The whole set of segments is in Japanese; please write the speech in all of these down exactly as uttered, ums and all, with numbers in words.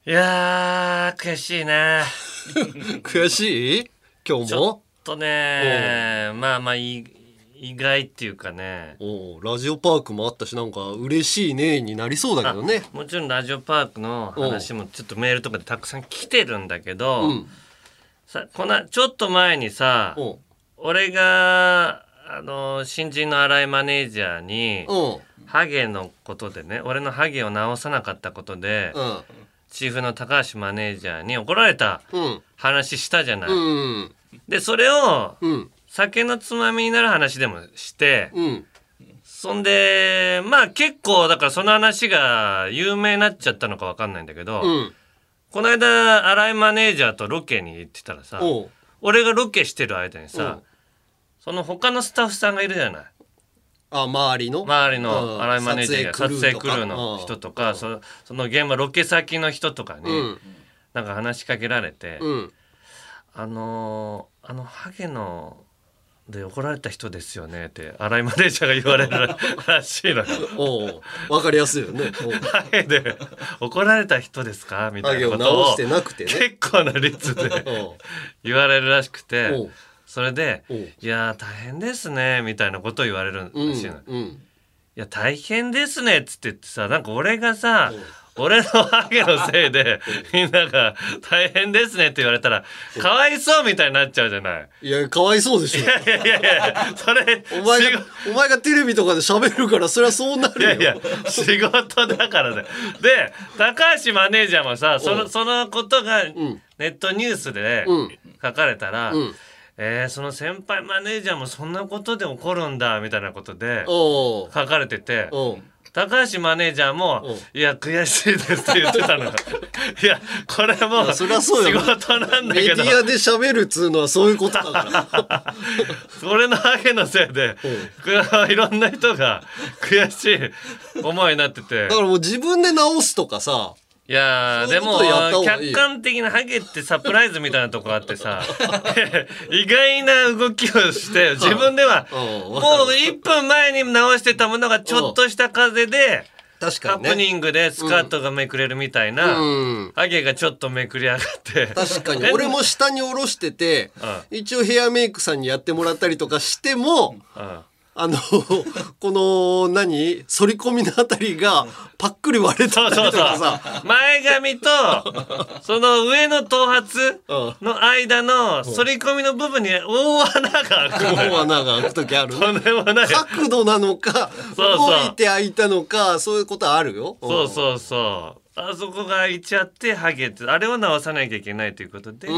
いやー悔しいな悔しい今日もちょっとねまあまあ意外っていうかねおラジオパークもあったしなんか嬉しいねになりそうだけどね。 もちろんラジオパークの話もちょっとメールとかでたくさん来てるんだけど、うん、さこのちょっと前にさ俺があの新人の新井マネージャーにハゲのことでね俺のハゲを直さなかったことで、うんチーフの高橋マネージャーに怒られた話したじゃない。うん、でそれを酒のつまみになる話でもして、うん、そんでまあ結構だからその話が有名になっちゃったのか分かんないんだけど、うん、この間新井マネージャーとロケに行ってたらさ俺がロケしてる間にさその他のスタッフさんがいるじゃない。 あ周りの周りの新井マネージャーや撮影クルーの人とか、うん、そ, その現場ロケ先の人とかに、うん、なんか話しかけられて、うん、あのー、あのハゲので怒られた人ですよねって新井マネージャーが言われるらしいのよ。 お分かりやすいよね。 ハゲで怒られた人ですかみたいなことをハゲを直してなくて、ね、 結構な率で言われるらしくてそれで「いや大変ですね」みたいなことを言われるらしいの、うんうん、いや大変ですねっつって言ってさなんか俺がさ俺のハゲのせいでみんなが大変ですねって言われたらかわいそうみたいになっちゃうじゃない。 いやかわいそうでしょ。いやいやいやいやそれお前がお前がテレビとかで喋るからそれはそうなるよ。 いやいや仕事だからね。で高橋マネージャーもさそのそのことがネットニュースで書かれたら、うんうんえー、その先輩マネージャーもそんなことで怒るんだみたいなことで書かれてて高橋マネージャーもいや悔しいですって言ってたのいやこれも仕事なんだけどメディアで喋るっつうのはそういうことだから俺のハゲのせいでいろんな人が悔しい思いになっててだからもう自分で直すとかさいやーでも客観的なハゲってサプライズみたいなとこあってさ意外な動きをして自分ではもういっぷんまえに直してたものがちょっとした風で確かにね、 ハプニングでスカートがめくれるみたいな、うん、ハゲがちょっとめくり上がって確かに俺も下に下ろしてて、うん、一応ヘアメイクさんにやってもらったりとかしても、うんあのこの何反り込みのあたりがパックリ割れたりとかさそうそうそう前髪とその上の頭髪の間の反り込みの部分に大穴が開く大穴が開く時ある、ね、 とんでもない角度なのか動いて開いたのかそういうことあるよ。 そうそうそうあそこが開いちゃってハゲってあれを直さなきゃいけないということで、うん、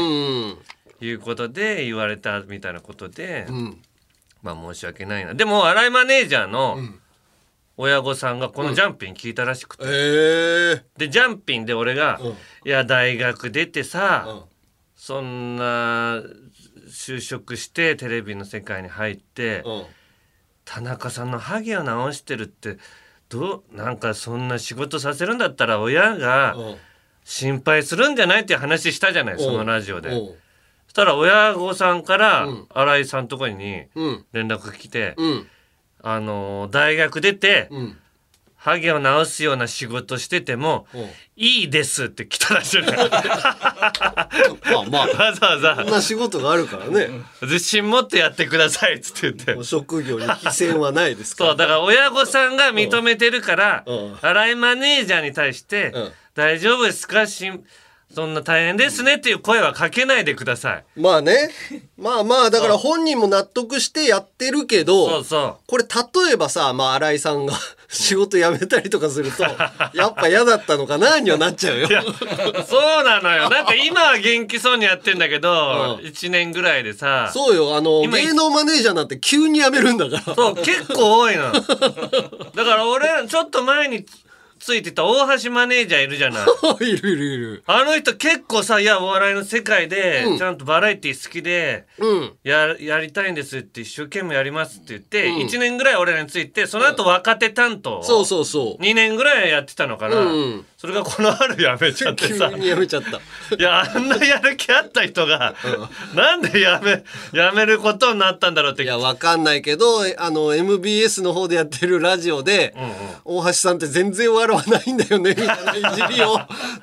いうことで言われたみたいなことで、うんまあ申し訳ないな。でも新井マネージャーの親御さんがこのジャンピン聞いたらしくて、うんえー、でジャンピンで俺が、うん、いや大学出てさ、うん、そんな就職してテレビの世界に入って、うん、田中さんのハゲを直してるってどうなんかそんな仕事させるんだったら親が心配するんじゃないっていう話したじゃないそのラジオで。そしたら親御さんから新井さんのところに連絡来て、うん、あのー、大学出て、うん、ハゲを直すような仕事しててもいいですって来たらしいまあまあわざわざそんな仕事があるからね自信持ってやってくださいっつって言って職業に規制はないですからそうだから親御さんが認めてるから新井マネージャーに対して大丈夫ですかしんそんな大変ですねっていう声はかけないでください。 まあねまあまあだから本人も納得してやってるけどそうそうこれ例えばさ、まあ、新井さんが仕事辞めたりとかするとやっぱ嫌だったのかなにはなっちゃうよ。いやそうなのよなんか今は元気そうにやってんだけど、うん、いちねんぐらいでさそうよあの芸能マネージャーなんて急に辞めるんだからそう結構多いのだから俺ちょっと前についてた大橋マネージャーいるじゃないいるいるいるあの人結構さいやお笑いの世界で、うん、ちゃんとバラエティ好きで、うん、や, やりたいんですって一生懸命やりますって言って、うん、いちねんぐらい俺らについてその後若手担当、 うん、そうそうそうにねんぐらいやってたのかな、うん、それがこの春やめちゃってさ急にやめちゃったいやあんなやる気あった人が、うん、なんでやめやめることになったんだろうっていやわかんないけどあの エムビーエス の方でやってるラジオで、うんうん、大橋さんって全然笑わないんだよねみたいないじりを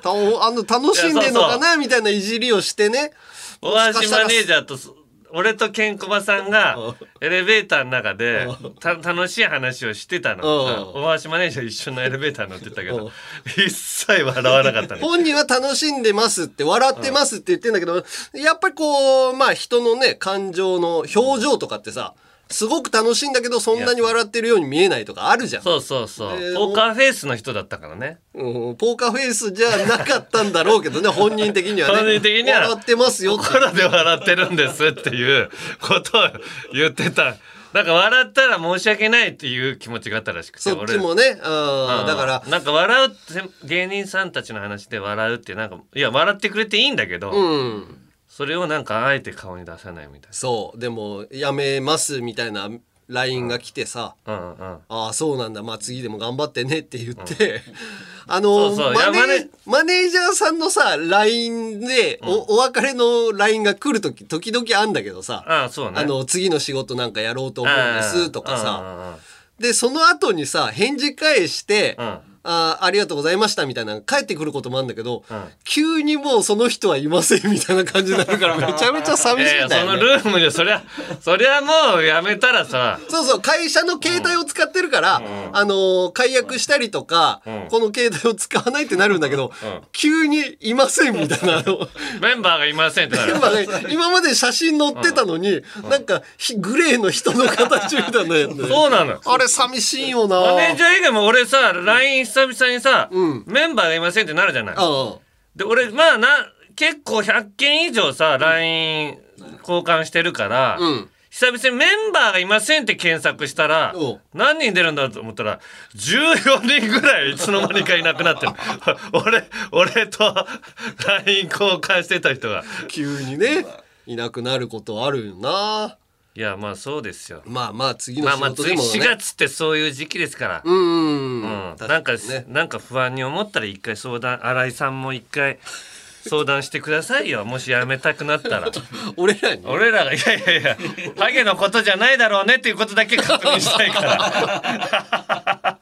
たあの楽しんでんのかなみたいないじりをしてね。 大橋マネージャーと俺とケンコバさんがエレベーターの中でた楽しい話をしてたの。大橋マネージャー一緒のエレベーター乗ってたけど一切笑わなかったね。 本人は楽しんでますって笑ってますって言ってんだけど、やっぱりこうまあ人のね感情の表情とかってさ、すごく楽しいんだけどそんなに笑ってるように見えないとかあるじゃん。 そうそうそう、えー、ポーカーフェイスの人だったからね、 うん、ポーカーフェイスじゃなかったんだろうけどね本人的にはね本人的には笑ってますよって心で笑ってるんですっていうことを言ってた。なんか笑ったら申し訳ないっていう気持ちがあったらしくて、 そっちもね、あ、うん、だからなんか笑うって芸人さんたちの話で笑うってなんかいや笑ってくれていいんだけど、うんそれをなんかあえて顔に出さないみたいな。 そうでもやめますみたいな ライン が来てさ、うんうんうん、ああそうなんだまあ次でも頑張ってねって言って、うん、あのそうそうマネーマネージャーさんのさ ライン で お,、うん、お別れの ライン が来るとき時々あんだけどさ、 ああそうね、 あの次の仕事なんかやろうと思うんですとかさ、でその後にさ返事返して、うんあ, ありがとうございましたみたいな帰ってくることもあるんだけど、うん、急にもうその人はいませんみたいな感じになるからめちゃめちゃ寂しいんだよね。 そのルームでそりゃそりゃもうやめたらさそうそう会社の携帯を使ってるから、うん、あのー、解約したりとか、うん、この携帯を使わないってなるんだけど、うん、急にいませんみたいなメンバーがいませんってなる。 メンバーが今まで写真載ってたのに、うん、なんかグレーの人の形みたいなやつ、ね、 そうなの。 あれ寂しいよな。 マネージャー以外も俺さ ライン 久々にさ、うん、メンバーがいませんってなるじゃない。ああで俺まあな結構ひゃっけん以上さ ライン 交換してるから、うん、久々にメンバーがいませんって検索したら何人出るんだと思ったらじゅうよにんぐらいいつの間にかいなくなってる俺俺と ライン 交換してた人が急にねいなくなることあるよな。 いやまあそうですよ。 まあまあ次の仕事でもね、まあ、まあしがつってそういう時期ですから、うんうんうん、なんか、ね、なんか不安に思ったら一回相談、新井さんも一回相談してくださいよもしやめたくなったら俺らに俺らがいやいやいやハゲのことじゃないだろうねっていうことだけ確認したいから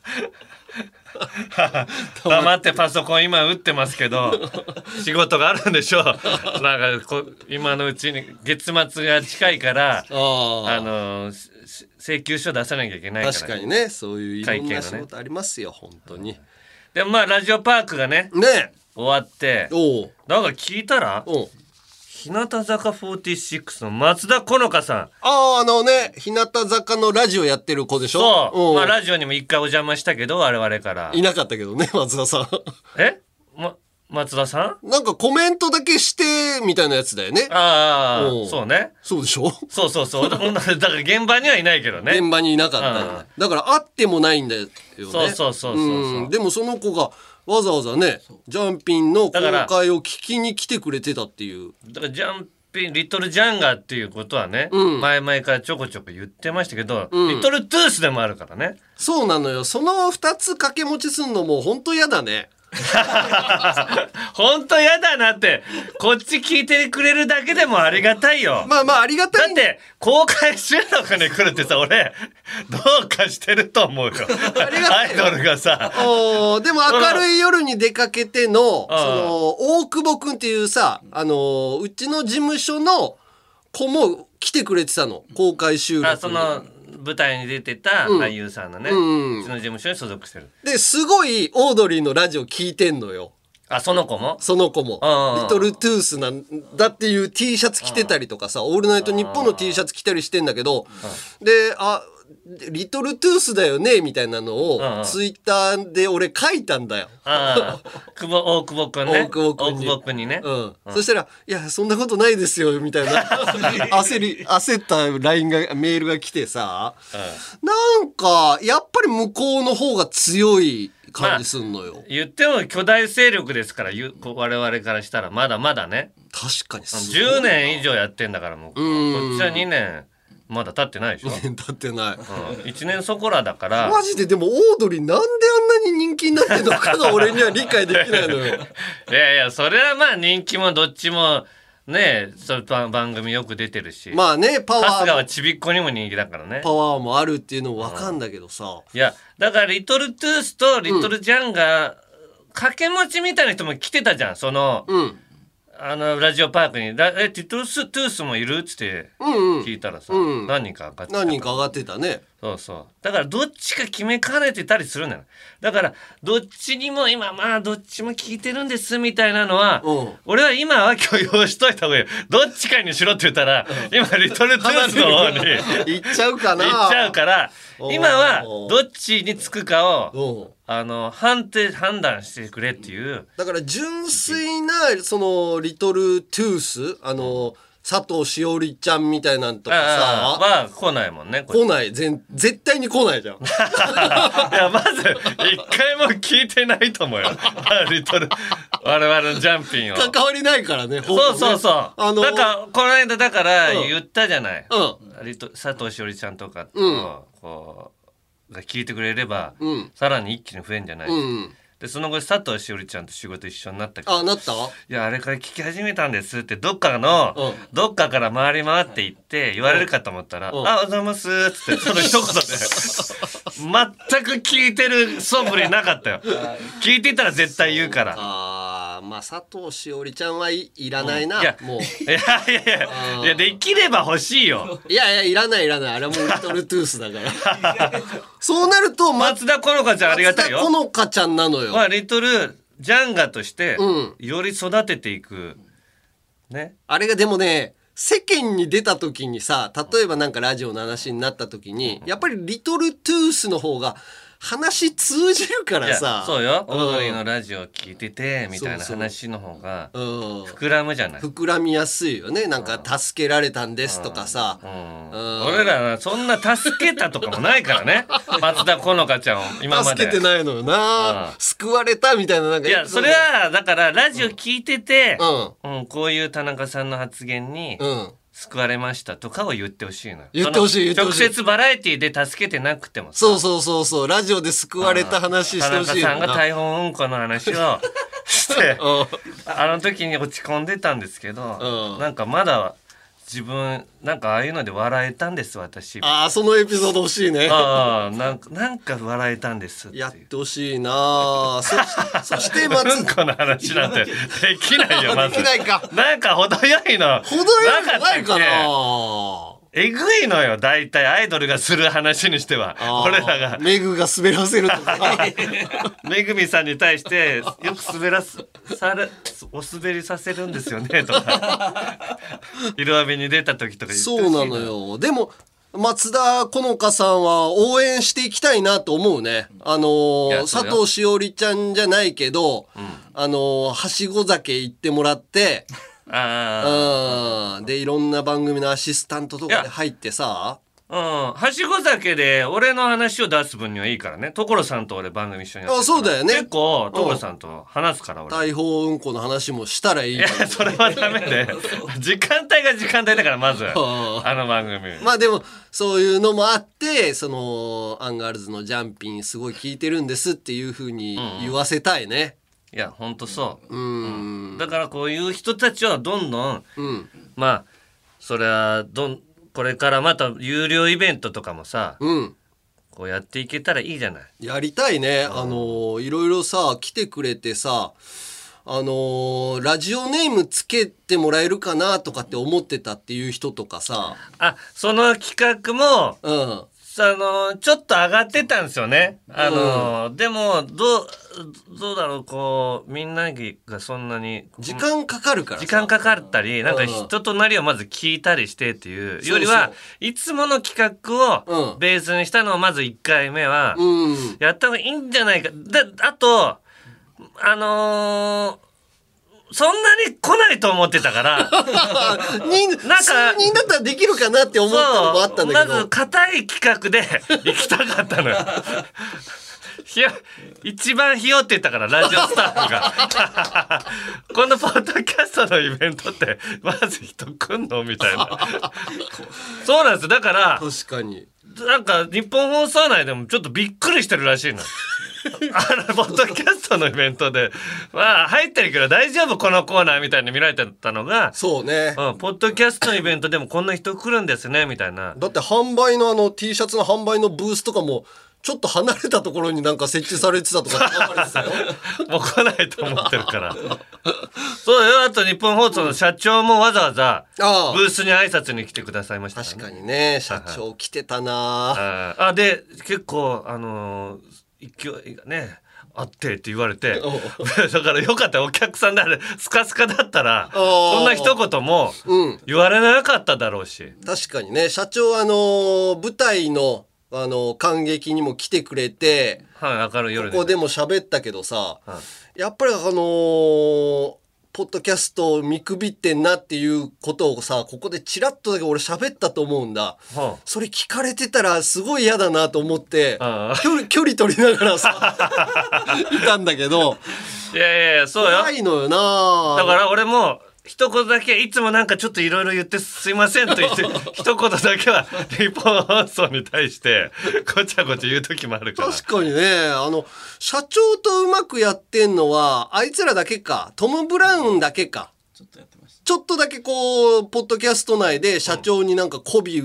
黙ってパソコン今打ってますけど仕事があるんでしょう。なんかこ今のうちに月末が近いからあの請求書出さなきゃいけないから。 確かにねそういういろんな仕事ありますよ、ね、本当に。 でもまあラジオパークがねね終わっておなんか聞いたらお日向坂フォーティーシックスの松田好花さん。 あああのね日向坂のラジオやってる子でしょ。 そうまあラジオにも一回お邪魔したけど我々からいなかったけどね松田さんえ、ま、松田さんなんかコメントだけしてみたいなやつだよね。 ああそうねそうでしょ。 そうそうそうだから現場にはいないけどね。 現場にいなかったんだ。だから会ってもないんだよね。 そうそうそうそうそう、うん、 でもその子がわざわざねジャンピンの公開を聞きに来てくれてたっていう。 だからジャンピンリトルジャンガーっていうことはね、うん、前々からちょこちょこ言ってましたけど、うん、リトルトゥースでもあるからね。 そうなのよ。そのふたつ掛け持ちすんのもうほんと嫌だね本当やだなって。こっち聞いてくれるだけでもありがたいよ。 まあまあありがたい。 だって公開収録に来るってさ俺どうかしてると思うよありがたいアイドルがさおでも明るい夜に出かけてのその大久保くんっていうさあのうちの事務所の子も来てくれてたの公開収録。 あその舞台に出てた俳優さんのね、うん、うちの事務所に所属してる。 ですごいオードリーのラジオ聞いてんのよ。 あその子もその子もリトルトゥースなんだっていう T シャツ着てたりとかさオールナイトニッポンの T シャツ着たりしてんだけどであリトルトゥースだよねみたいなのをツイッターで俺書いたんだよ。 あ久保大久保くんね。 大久保くんに。 大久保くんにね、 うんうん、そしたらいやそんなことないですよみたいな焦り焦った ライン がメールが来てさ、うん、なんかやっぱり向こうの方が強い感じすんのよ、まあ、 言っても巨大勢力ですから我々からしたらまだまだね。 確かにじゅうねん以上やってんだからもうこっちはにねんまだ経ってないでしょ。 にねん経ってない、 うん、いちねんそこらだからマジで。でもオードリーなんであんなに人気になってるのかが俺には理解できないのよいやいやそれはまあ人気もどっちもねそれ番組よく出てるしまあねパワー春日はちびっこにも人気だからねパワーもあるっていうのも分かんだけどさ、 うん、いやだからリトルトゥースとリトルジャンガ掛け持ちみたいな人も来てたじゃんその、うん、あのラジオパークに「えティトゥーストゥースもいる?」っつって聞いたらさ、うんうん、何人か上がってた何人か上がってたね。 そうそうだからどっちか決めかねてたりするんだよ。だからどっちにも今まあどっちも聞いてるんですみたいなのは、うん、俺は今は許容しといた方がいい。どっちかにしろって言ったら、うん、今リトルトゥースの方に行っちゃうかな行っちゃうから今はどっちにつくかをあの判定判断してくれっていう。 だから純粋なそのリトルトゥースあの佐藤しおりちゃんみたいなんとかさは来ないもんね。 来ない全絶対に来ないじゃん。いやまず一回も聞いてないと思うよリトル我々のジャンピンを関わりないからね。 そうそうそう、あのー、だからこの間だから言ったじゃない、うん、リト佐藤しおりちゃんとかと、うん、こうが聞いてくれれば、うん、さらに一気に増えんじゃない、うんでその後佐藤しおりちゃんと仕事一緒になったけどあなったいやあれから聞き始めたんですってどっかの、うん、どっかから回り回って行って言われるかと思ったら「うん、あおはようございます」っつってその一言で全く聞いてる素振りなかったよ。聞いてたら絶対言うから。 あまあ佐藤しおりちゃんはい、いらないな、うん、 いやもういやいやいやいやできれば欲しいよ。 いやいやいらないいらないあれはもうリトルトゥースだからそうなると松田好花ちゃんありがたいよ。 松田好花ちゃんなのよ。 まあ、リトルジャンガとしてより育てていく、うん、ねあれがでもね世間に出た時にさ例えばなんかラジオの話になった時に、うん、やっぱりリトルトゥースの方が話通じるからさ。 そうよオードリーのラジオ聞いててみたいな話の方が膨らむじゃない。 膨らみやすいよね。なんか助けられたんですとかさ、 うんうん、俺らはそんな助けたとかもないからね松田好花ちゃんを今まで助けてないのよな、うん、救われたみたいななんかいやそれはだからラジオ聞いてて、うんうん、こういう田中さんの発言に、うん救われましたとかを言ってほしいのよ。 言ってほしい言ってほしい。 直接バラエティで助けてなくてもさそうそうそうそうラジオで救われた話してほしいよな。 田中さんが台本うんこの話をしてあの時に落ち込んでたんですけどなんかまだ自分なんかああいうので笑えたんです私。 ああそのエピソード欲しいね。 ああなんかなんか笑えたんですってやってほしいな。そ, そして松うんこの話なんてできないよまず。 できないか。 なんか程よいの程よいのないかな。 えぐいのよ大体アイドルがする話にしては俺らがメグが滑らせるとかめぐみさんに対してよく滑らすされお滑りさせるんですよねとか色浴びに出た時とか言ってそうなのよ。でも松田好花さんは応援していきたいなと思うね。あのー、佐藤しおりちゃんじゃないけど、うん、あのー、はしご酒行ってもらってあでいろんな番組のアシスタントとかで入ってさうんはしご酒で俺の話を出す分にはいいからね。所さんと俺番組一緒にやってるからあそうだよね。 結構所さんと話すから俺大砲うんこの話もしたらいい。 いやそれはダメで時間帯が時間帯だからまずあの番組まあでもそういうのもあってそのアンガールズのジャンピンすごい聞いてるんですっていう風に言わせたいね、 うん、いやほんとそう、うんうん、だからこういう人たちはどんどん、うん、まあそれはどんこれからまた有料イベントとかもさ、うん、こうやっていけたらいいじゃない。 やりたいね、うん、あのいろいろさ来てくれてさあのラジオネームつけてもらえるかなとかって思ってたっていう人とかさあその企画も、うんあのちょっと上がってたんですよね。あの、うん、でもどうどうだろうこうみんながそんなに時間かかるから時間かかったりなんか人となりをまず聞いたりしてっていうよりは、うん、いつもの企画をベースにしたのをまずいっかいめはやった方がいいんじゃないか。であとあのーそんなに来ないと思ってたからになんか数人だったらできるかなって思ったのもあったんだけどまず硬い企画で行きたかったのよひよ一番ひよってたからラジオスタッフがこのポッドキャストのイベントってまず人来んのみたいなそうなんです。だから確かになんか日本放送内でもちょっとびっくりしてるらしいのあのポッドキャストのイベントでまあ入ってるけど大丈夫このコーナーみたいに見られてたのがそうね、 うん、ポッドキャストのイベントでもこんな人来るんですねみたいな。 だって販売のあの T シャツの販売のブースとかもちょっと離れたところになんか設置されてたとか書かれてたよもう来ないと思ってるからそうよ。あと日本放送の社長もわざわざブースに挨拶に来てくださいましたからね。 確かにね、社長来てたなああで結構あのー、勢いがねあってって言われてだからよかった。お客さんであれスカスカだったらそんな一言も言われなかっただろうし、うん、 確かにね。社長あのー、舞台のあの感激にも来てくれて、 はい、明るい夜でここでも喋ったけどさ、はい、やっぱりあのー、ポッドキャストを見くびってんなっていうことをさここでチラッとだけ俺喋ったと思うんだ、はあ、それ聞かれてたらすごい嫌だなと思って、はあ、距離、距離取りながらさいたんだけどいやいやそうよ。 怖いのよな。 だから俺も一言だけいつもなんかちょっといろいろ言ってすいませんと言って一言だけは日本放送に対してごちゃごちゃ言う時もあるから。 確かにね。あの社長とうまくやってんのはあいつらだけか。トム・ブラウンだけか。ちょっとやってました。ちょっとだけこうポッドキャスト内で社長になんか媚び打って、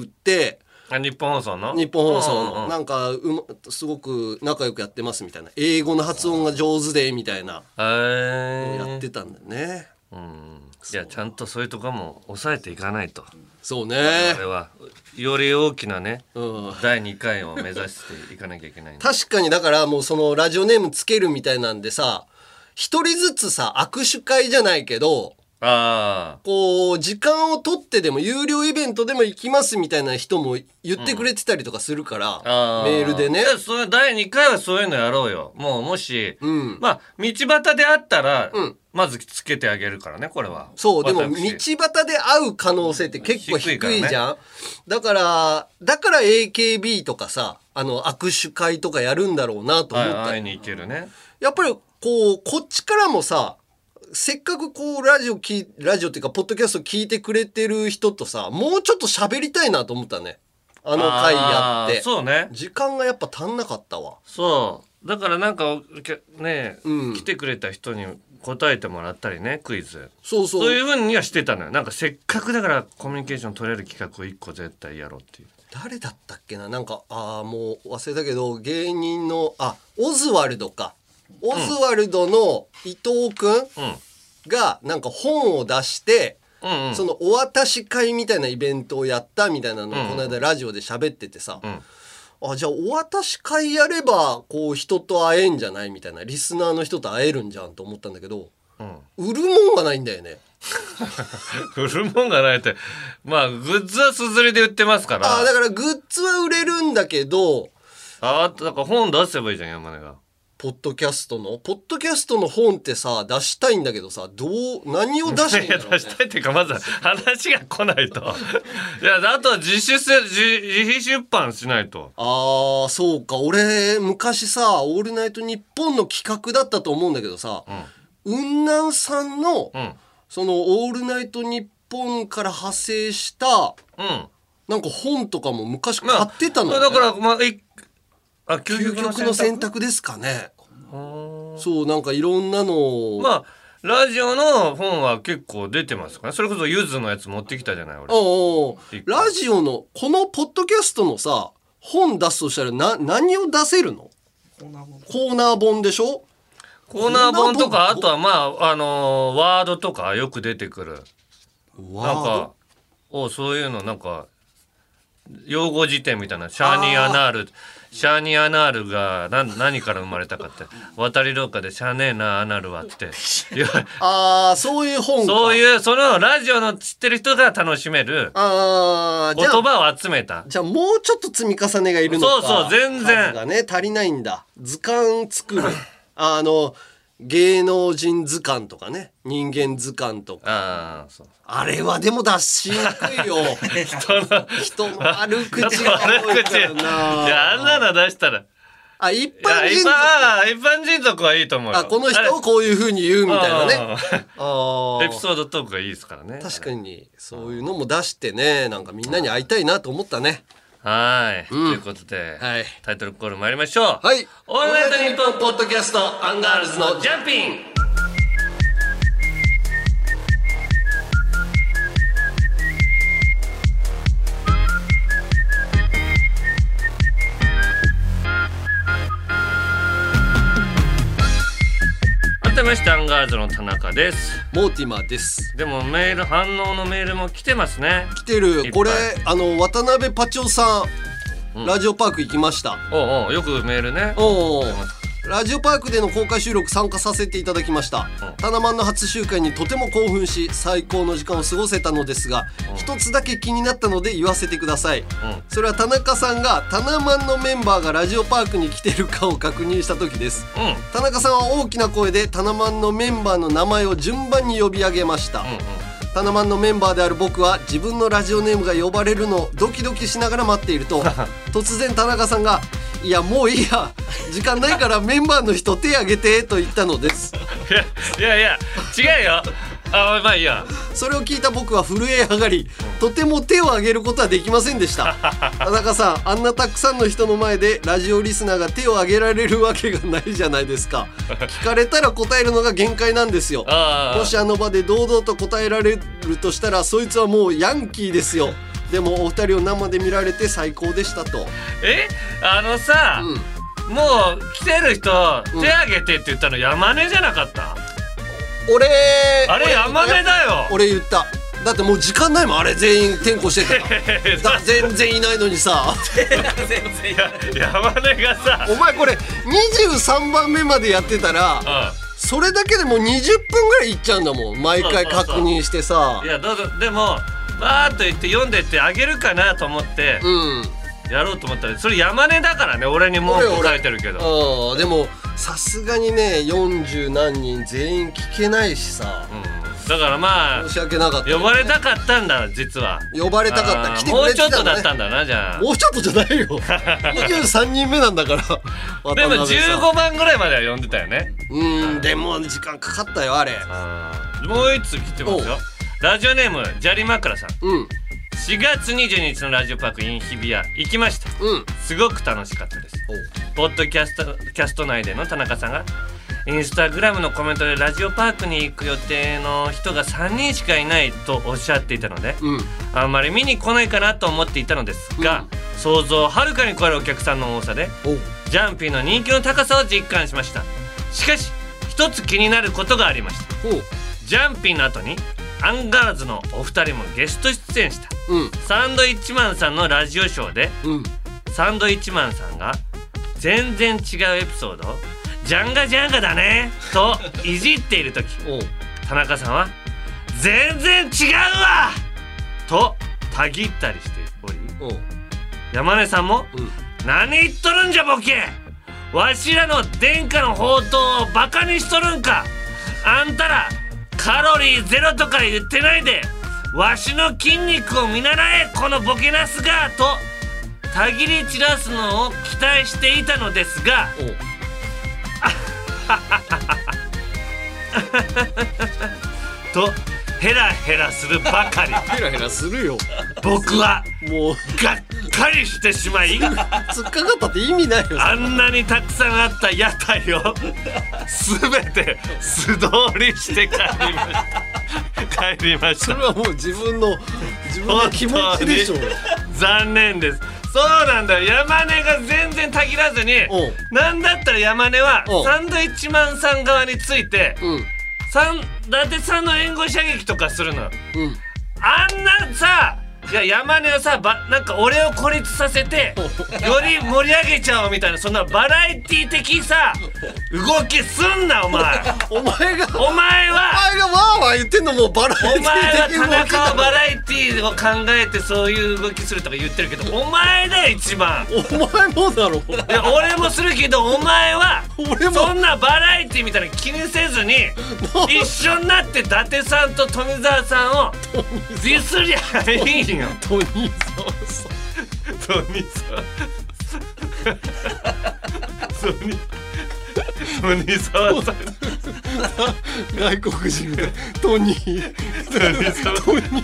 うん、あ日本放送の日本放送の、うんうん、なんかう、ますごく仲良くやってますみたいな、英語の発音が上手でみたいなやってたんだよね。 うん、いやちゃんとそういうとこも抑えていかないと。 そうね。 これはより大きなね、うん、だいにかいを目指していかなきゃいけない。 確かに。だからもうそのラジオネームつけるみたいなんでさ、一人ずつさ握手会じゃないけど、あこう時間を取ってでも有料イベントでも行きますみたいな人も言ってくれてたりとかするから、うん、メールでね。 それだいにかいはそういうのやろうよ。もうもし、うん、まあ道端であったら、うん、まずつけてあげるからね。これはそう。でも道端で会う可能性って結構低いじゃん、ね、だからだから エーケービー とかさあの握手会とかやるんだろうなと思って、 会いに行けるね。 やっぱりこうこっちからもさせっかくこうラジオきラジオっていうかポッドキャスト聞いてくれてる人とさもうちょっと喋りたいなと思ったね。あの回やって。 そうね。 時間がやっぱ足んなかったわ。 そうだからなんかね、うん、来てくれた人に答えてもらったりね、クイズ。そうそう。そういう風にはしてたのよ。なんかせっかくだからコミュニケーション取れる企画をいっこ絶対やろうっていう。 誰だったっけな。なんかああもう忘れたけど芸人のあオズワルドか。オズワルドの伊藤くんがなんか本を出して、うんうん、そのお渡し会みたいなイベントをやったみたいなのをこの間ラジオで喋っててさ、うん、あじゃあお渡し会やればこう人と会えんじゃないみたいな、リスナーの人と会えるんじゃんと思ったんだけど、うん、売るもんがないんだよね。 売るもんがないってまあグッズはすずりで売ってますから。 あだからグッズは売れるんだけど、 あだから本出せばいいじゃん山根が。 ポッドキャストのポッドキャストの本ってさ出したいんだけどさ、どう何を出してんだろう、ね、 出したいっていうかまず話が来ないといやあとは自主自自費出版しないと。 ああそうか。俺昔さオールナイトニッポンの企画だったと思うんだけどさ、うん、雲南さんの、うん、そのオールナイトニッポンから派生した、うん、なんか本とかも昔買ってたのよ、ね、 まあ、だからまああ究極の選択ですかね。そうなんかいろんなのまあラジオの本は結構出てますから、ね、それこそゆずのやつ持ってきたじゃない俺。 おうおうラジオのこのポッドキャストのさ本出すとしたらな何を出せるの？コーナー本。コーナー本でしょ。 コーナー本とかあとはまああのー、ワードとかよく出てくるなんかおそういうのなんか用語辞典みたいなシャーニーアナールシャーニーアナールが 何, 何から生まれたかって渡り廊下でシャーネーなアナルはってああそういう本か。 そういうそのラジオの知ってる人が楽しめるあ言葉を集めた。 じゃあもうちょっと積み重ねがいるのか。 そうそう全然がね足りないんだ。図鑑作るあの芸能人図鑑とかね人間図鑑とか あ, そう あれはでも出しにくいよ人の人の悪口が多いからな。 いやあんなの出したらあ一般人族一般人族はいいと思うよ。 あこの人をこういう風に言うみたいなねあエピソードトークがいいですからね。 確かにそういうのも出してねなんかみんなに会いたいなと思ったね。 はい、うん、ということで、はい、タイトルコール参りましょう。 はい。 オールナイトニッポンポッドキャストアンガールズのジャンピン。 ガールズの田中です。 モーティマーです。 でもメール反応のメールも来てますね。 来てる。これあの渡辺パチョさん、うん、ラジオパーク行きました。 おうおうよくメールね。 おうおうラジオパークでの公開収録参加させていただきました。タナマンの初集会にとても興奮し最高の時間を過ごせたのですが、一つだけ気になったので言わせてください。それは田中さんがタナマンのメンバーがラジオパークに来てるかを確認した時です。田中さんは大きな声でタナマンのメンバーの名前を順番に呼び上げました。タナマンのメンバーである僕は自分のラジオネームが呼ばれるのをドキドキしながら待っていると突然田中さんがいやもういいや時間ないからメンバーの人手挙げてと言ったのです。 いやいや違うよ。あまあいいや。 それを聞いた僕は震え上がりとても手を挙げることはできませんでした。田中さんあんなたくさんの人の前でラジオリスナーが手を挙げられるわけがないじゃないですか。聞かれたら答えるのが限界なんですよ。もしあの場で堂々と答えられるとしたらそいつはもうヤンキーですよ。でもお二人を生で見られて最高でしたと。 えあのさ、うん、もう来てる人手挙げてって言ったの山根じゃなかった？ 俺あれ山根だよ。 俺言った。だってもう時間ないもんあれ全員転校してただ全然いないのにさ全然山根がさお前これにじゅうさんばんめまでやってたら、うん、それだけでもうにじゅっぷんぐらいいっちゃうんだもん毎回確認してさ。 いやどうぞでもバーッと言って読んでってあげるかなと思って、うん、やろうと思ったらそれ山根だからね。俺に文句書いてるけど。 あでもさすがにねよんじゅうなんにん全員聞けないしさ、 うん、だからまあ申し訳なかった、ね、 呼ばれたかったんだ実は。 呼ばれたかった。来てくれてた、ね、 もうちょっとだったんだなじゃあ。 もうちょっとじゃないよにじゅうさんにんめなんだからでもじゅうごばんぐらいまでは呼んでたよね。 うんでも時間かかったよあれ。 あもう一つ来てますよ。ラジオネームジャリマクラさん、うん、しがつにじゅうににちのラジオパーク in 日比谷行きました、うん、すごく楽しかったです。ポッドキャスト、キャスト内での田中さんがインスタグラムのコメントでラジオパークに行く予定の人がさんにんしかいないとおっしゃっていたので、うん、あんまり見に来ないかなと思っていたのですが、うん、想像をはるかに超えるお客さんの多さでジャンピーの人気の高さを実感しました。しかし一つ気になることがありました。ジャンピーの後にアンガールズのお二人もゲスト出演した、うん、サンドイッチマンさんのラジオショーで、うん、サンドイッチマンさんが全然違うエピソードをジャンガジャンガだねといじっている時田中さんは全然違うわとたぎったりしており山根さんも、うん、何言っとるんじゃボケわしらの殿下の宝刀をバカにしとるんかあんたらカロリーゼロとか言ってないでわしの筋肉を見習えこのボケナスがとたぎり散らすのを期待していたのですがとヘラヘラするばかり。 ヘラヘラするよ。 僕はもうがっかりしてしまい突っかかったって意味ないよ。 あんなにたくさんあった屋台をすべて素通りして帰りました帰りました。 それはもう自分の自分の気持ちでしょう。 残念です。そうなんだよ。山根が全然たぎらずになんだったら山根はサンドイッチマンさん側について、うんさん伊達さんの援護射撃とかするの、うん、あんなさいや山根をさばなんか俺を孤立させてより盛り上げちゃおうみたいなそんなバラエティ的さ動きすんなお前お前がお前はお前がわーわー言ってんのもバラエティ的お前は田中はバラエティを考えてそういう動きするとか言ってるけどお前だよ一番お前もだろ。 いや俺もするけどお前はそんなバラエティみたいな気にせずに一緒になって伊達さんと富澤さんをディスりゃいいよ。 トニー沢さんトニー沢トニートニー沢さん外国人がトニートニー沢トニー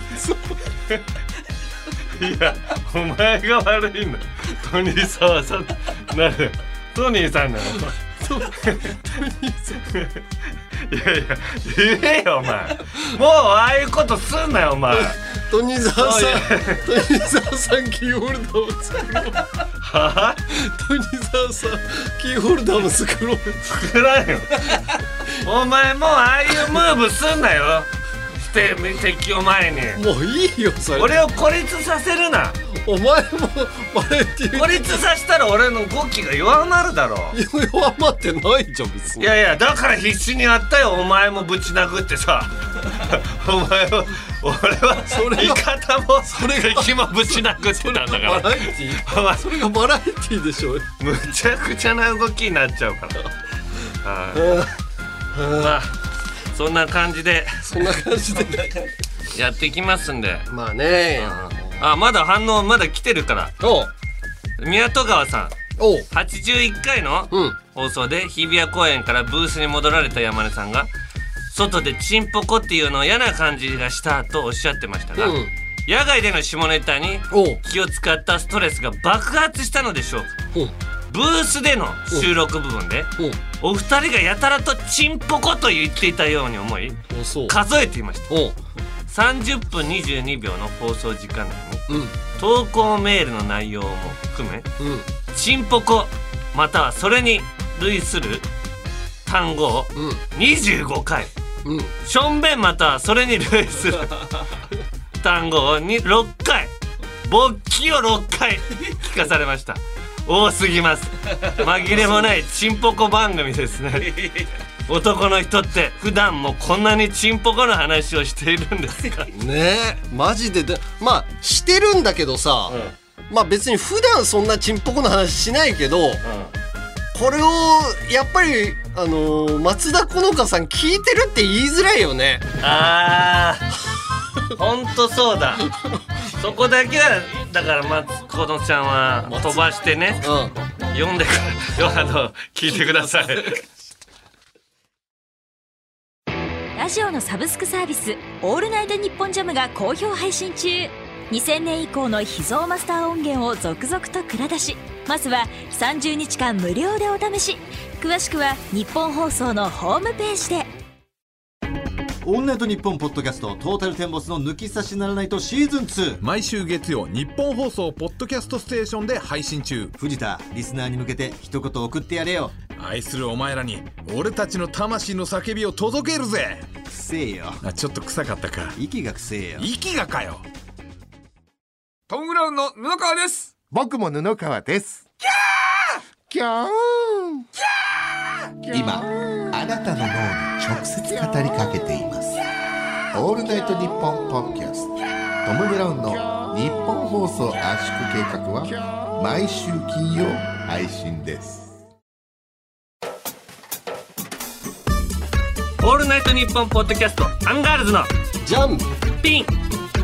沢いやお前が悪いんだ。トニー沢さんなるトニーさんなのトニーさんいやいや言えよお前もうああいうことすんなよお前トニザワさんトニザワさんキーホルダーを作ろうはぁトニザワさんキーホルダーも作ろう作らんよお前もうああいうムーブすんなよ敵を前に。 もういいよそれ。 俺を孤立させるな。 お前もバラエティー孤立させたら俺の語気が弱まるだろ。 弱まってないじゃん別に。 いやいやだから必死にやったよ。お前もぶち殴ってさお前を俺はそれ味方もそれ敵もぶち殴ってたんだからバラエティーそれがバラエティーでしょ。 むちゃくちゃな動きになっちゃうからまあそんな感じでそんな感じでやっていきますんで。 まあね、 うん、あまだ反応まだ来てるから。 お宮戸川さんおはちじゅういっかいの放送で日比谷公園からブースに戻られた山根さんが外でチンポコっていうのを嫌な感じがしたとおっしゃってましたが、うん、野外での下ネタに気を使ったストレスが爆発したのでしょうか。ブースでの収録部分でお二人がやたらとチンポコと言っていたように思い数えていました。さんじゅっぷんにじゅうにびょうの放送時間内に、うん、投稿メールの内容も含め、うん、チンポコまたはそれに類する単語をにじゅうごかい、うん、しょんべんまたはそれに類する単語をろっかい勃起をろっかい聞かされました。多すぎます。紛れもないチンポコ番組ですね。男の人って普段もこんなにチンポコの話をしているんですかねえマジででまあしてるんだけどさ、うん、まあ別に普段そんなチンポコの話しないけど、うん、これをやっぱりあのー、松田好花さん聞いてるって言いづらいよね。あーほんとそうだそこだけはだから松子のちゃんは飛ばしてね、うん、読んでからあの聞いてくださいラジオのサブスクサービスオールナイトニッポンジャムが好評配信中。にせんねん以降の秘蔵マスター音源を続々と蔵出し。まずはさんじゅうにちかん無料でお試し。詳しくは日本放送のホームページで。 オールナイトニッポンポッドキャストトータルテンボスの抜き差しならないとシーズンツー毎週月曜日本放送ポッドキャストステーションで配信中。 藤田リスナーに向けて一言送ってやれよ。 愛するお前らに俺たちの魂の叫びを届けるぜ。 くせえよ。 あちょっと臭かったか。 息がくせえよ。 息がかよ。トム・ブラウンの布川です。 僕も布川です。 キャーキャーキャー今あなたの脳に直接語りかけています。オールナイトニッポンポッドキャストトム・ブラウンの日本放送圧縮計画は毎週金曜配信です。 オールナイトニッポンポッドキャストアンガールズのジャンピン。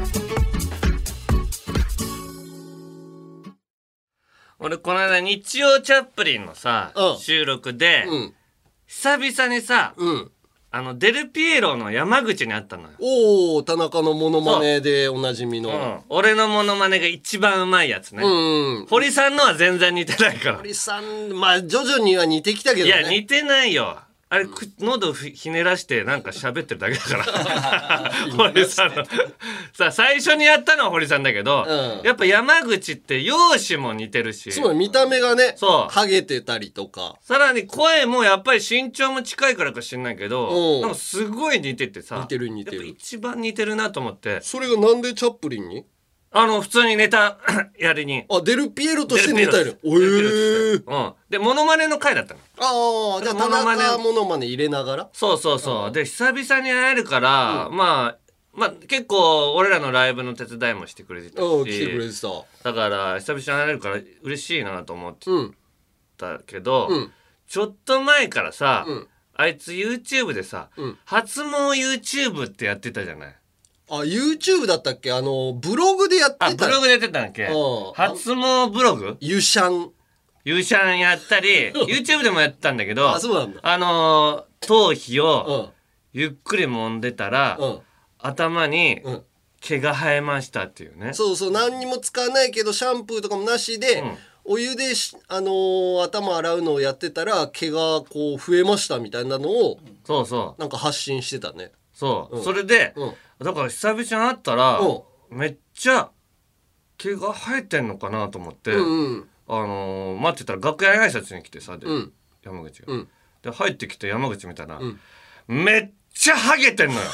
俺この間日曜チャップリンのさ、うん、収録で、うん、久々にさ、うん、あのデルピエロの山口に会ったのよ。 おお田中のモノマネでおなじみの、 うん、俺のモノマネが一番うまいやつね、うんうん、堀さんのは全然似てないから。 堀さんまあ徐々には似てきたけどね。 いや似てないよあれ、うん、喉ひねらしてなんか喋ってるだけだから堀さんのさあ最初にやったのは堀さんだけど、うん、やっぱ山口って容姿も似てるし、 そう見た目がねそうハゲてたりとか、 さらに声もやっぱり身長も近いからか知んないけど、うん、なんかすごい似ててさ、 似てる似てる、 やっぱ一番似てるなと思って。 それがなんでチャップリンにあの普通にネタやりにあデルピエロとしてネタやる。おえー、 うんでモノマネの回だったの。 ああじゃあ田中モノマネ入れながらそうそうそうで久々に会えるから、うん、まあまあ結構俺らのライブの手伝いもしてくれてたし、 来てくれてた。 だから久々に会えるから嬉しいなと思ってたけど、うん、ちょっと前からさ、うん、あいつ YouTube でさ、うん、初毛 YouTube ってやってたじゃない。 あ YouTube だったっけ。あのブログでやってた。あブログでやってたんだっけ。初毛ブログゆしゃんゆしゃんやったりYouTube でもやってたんだけどあそうなんだ。 あのー、頭皮をゆっくり揉んでたら、うん、頭に毛が生えましたっていうね、うん、 そうそう何にも使わないけどシャンプーとかもなしで、うん、お湯で、あのー、頭洗うのをやってたら毛がこう増えましたみたいなのをそうそうなんか発信してたね。 そう、うん、それで、うんだから久々に会ったらめっちゃ毛が生えてんのかなと思って、うんうん、あのー、待ってたら楽屋に挨拶に来てさで、うん、山口が、うん、で入ってきて山口見たら、うん、 めっちゃハゲてんのよ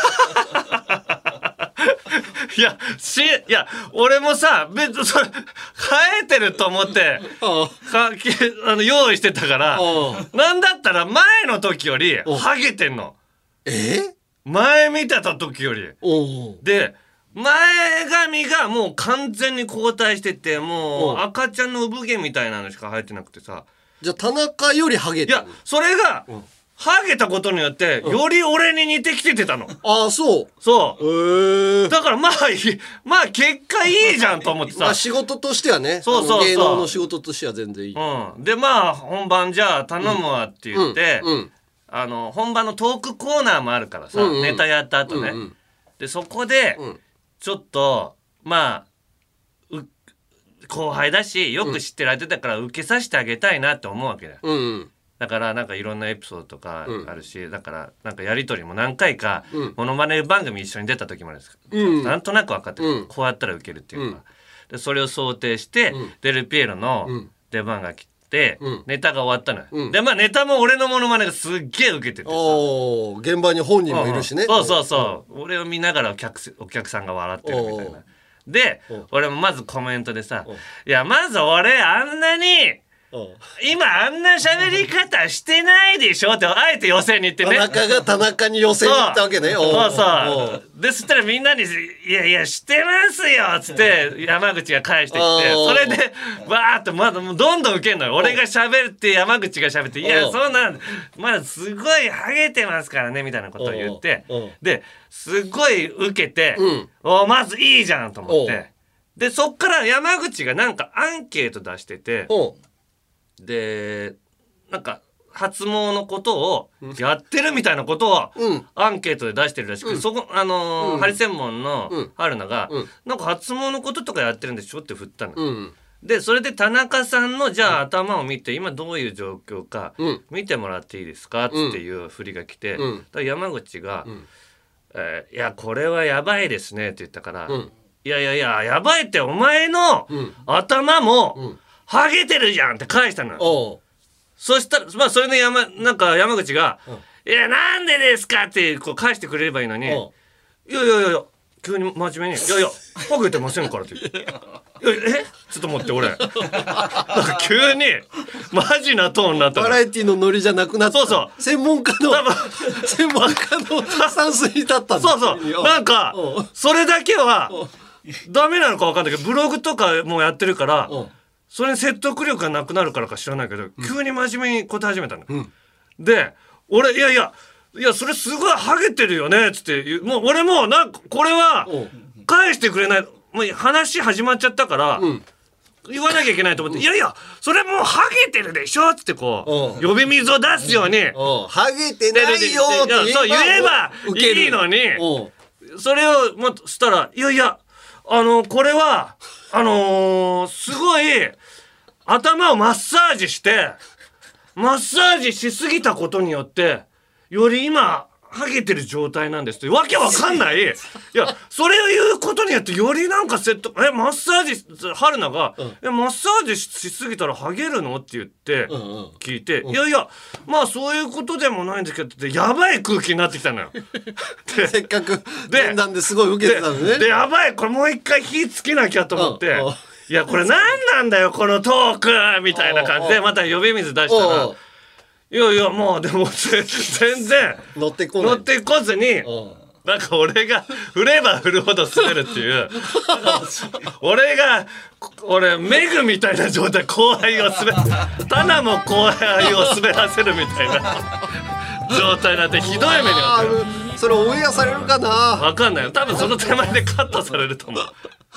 いやしいや俺もさ別にそれ生えてると思ってかきあの用意してたからなんだったら前の時よりハゲてんの。 え前見てた時よりで前髪がもう完全に後退しててもう赤ちゃんの産毛みたいなのしか生えてなくてさ。 じゃあ田中よりハゲてる。 いやそれが、うんハゲたことによってより俺に似てきててたの。 ああそうそうへえ。 だからまあまあ結果いいじゃんと思ってさまあ仕事としてはねそうそうそう芸能の仕事としては全然いい、 うん、でまあ本番じゃあ頼むわって言って、うんうん、あの本番のトークコーナーもあるからさ、うんうん、ネタやった後ね、うんうん、でそこでちょっとまあ後輩だしよく知ってる相手だから受けさせてあげたいなって思うわけだよ、うんうんだからなんかいろんなエピソードとかあるし、うん、だからなんかやり取りも何回かモノマネ番組一緒に出た時もあるんですけど、うん、なんとなく分かってる、うん、こうやったらウケるっていうのが、うん、でそれを想定して、うん、デルピエロの出番が来て、うん、ネタが終わったのよ、うん、でまあネタも俺のモノマネがすっげえウケててお現場に本人もいるしね、 うん、そうそうそう、うん、俺を見ながらお客、お客さんが笑ってるみたいなで俺もまずコメントでさいやまず俺あんなに今あんな喋り方してないでしょってあえて寄せに行ってね田中が田中に寄せに行ったわけねそうそうでそしたらみんなに「いやいやしてますよ」っつって山口が返してきてそれでバーッとまだどんどんウケんのよ俺が喋って山口が喋って「いやそうなんまだすごいハゲてますからね」みたいなことを言ってですごいウケておまずいいじゃんと思ってでそっから山口がなんかアンケート出しててでなんか発毛のことをやってるみたいなことをアンケートで出してるらしくて、うん、そこあのーうん、ハリセンボンの春菜が、うん、なんか発毛のこととかやってるんでしょって振ったの、うん、でそれで田中さんのじゃあ頭を見て今どういう状況か見てもらっていいですかっていう振りが来て、うん、だから山口が、うんえー「いやこれはやばいですね」って言ったから「うん、いやいやいややばいってお前の頭も、うんハゲてるじゃんって返したのよ。そしたらまあそれで山なんか山口が「いやなんでですか?」ってこう返してくれればいいのに「いやいやいやいや急に真面目に「いやいやハゲてませんから」って言って「えちょっと待って俺」なんか急にマジなトーンになったバラエティのノリじゃなくなったそうそう専門家の専門家のスタンスに立ったんだそうそうなんかそれだけはダメなのか分かんないけどブログとかもやってるからそれに説得力がなくなるからか知らないけど、うん、急に真面目に答え始めたの、うん、で俺いやいやいやそれすごいハゲてるよねっつってもう俺もなんかこれは返してくれないもう話始まっちゃったから、うん、言わなきゃいけないと思って、うん、いやいやそれもうハゲてるでしょっつってこう呼び水を出すようにハゲてないよって言えばそう言えばいいのにそれをもうしたらいやいやあのこれはあのー、すごい頭をマッサージしてマッサージしすぎたことによってより今ハゲてる状態なんですってわけわかんないいやそれを言うことによってよりなんか説得えマッサージ春菜が、うん、えマッサージしすぎたらハゲるのって言って聞いて、うんうん、いやいやまあそういうことでもないんですけどってやばい空気になってきたのよせっかく前段ですごい受けてたのねで, でやばいこれもう一回火つけなきゃと思って、うんうん、いやこれ何なんだよこのトークみたいな感じでまた呼び水出したらいやいやもうでも全然乗ってこない乗ってこずになんか俺が振れば振るほど滑るっていう俺が俺メグみたいな状態後輩を滑タナも後輩を滑らせるみたいな状態になってひどい目に遭ってそれオンエアされるかな分かんないよ多分その手前でカットされると思う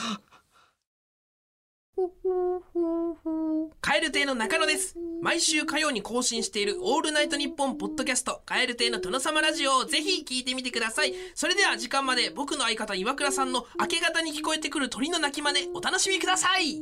蛙亭の中野です。毎週火曜に更新しているオールナイトニッポンポッドキャスト蛙亭の殿様ラジオをぜひ聞いてみてください。それでは時間まで僕の相方岩倉さんの明け方に聞こえてくる鳥の鳴き真似お楽しみください。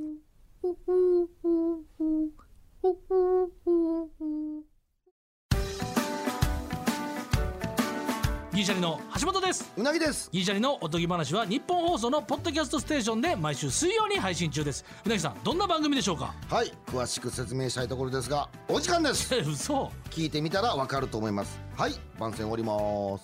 ギリシャリの橋本です。 うなぎです。 ギリシャリのおとぎ話は日本放送のポッドキャストステーションで毎週水曜に配信中です。うなぎさん、どんな番組でしょうか？ はい、詳しく説明したいところですがお時間です。 え、嘘。 聞いてみたらわかると思います。はい、番宣終わります。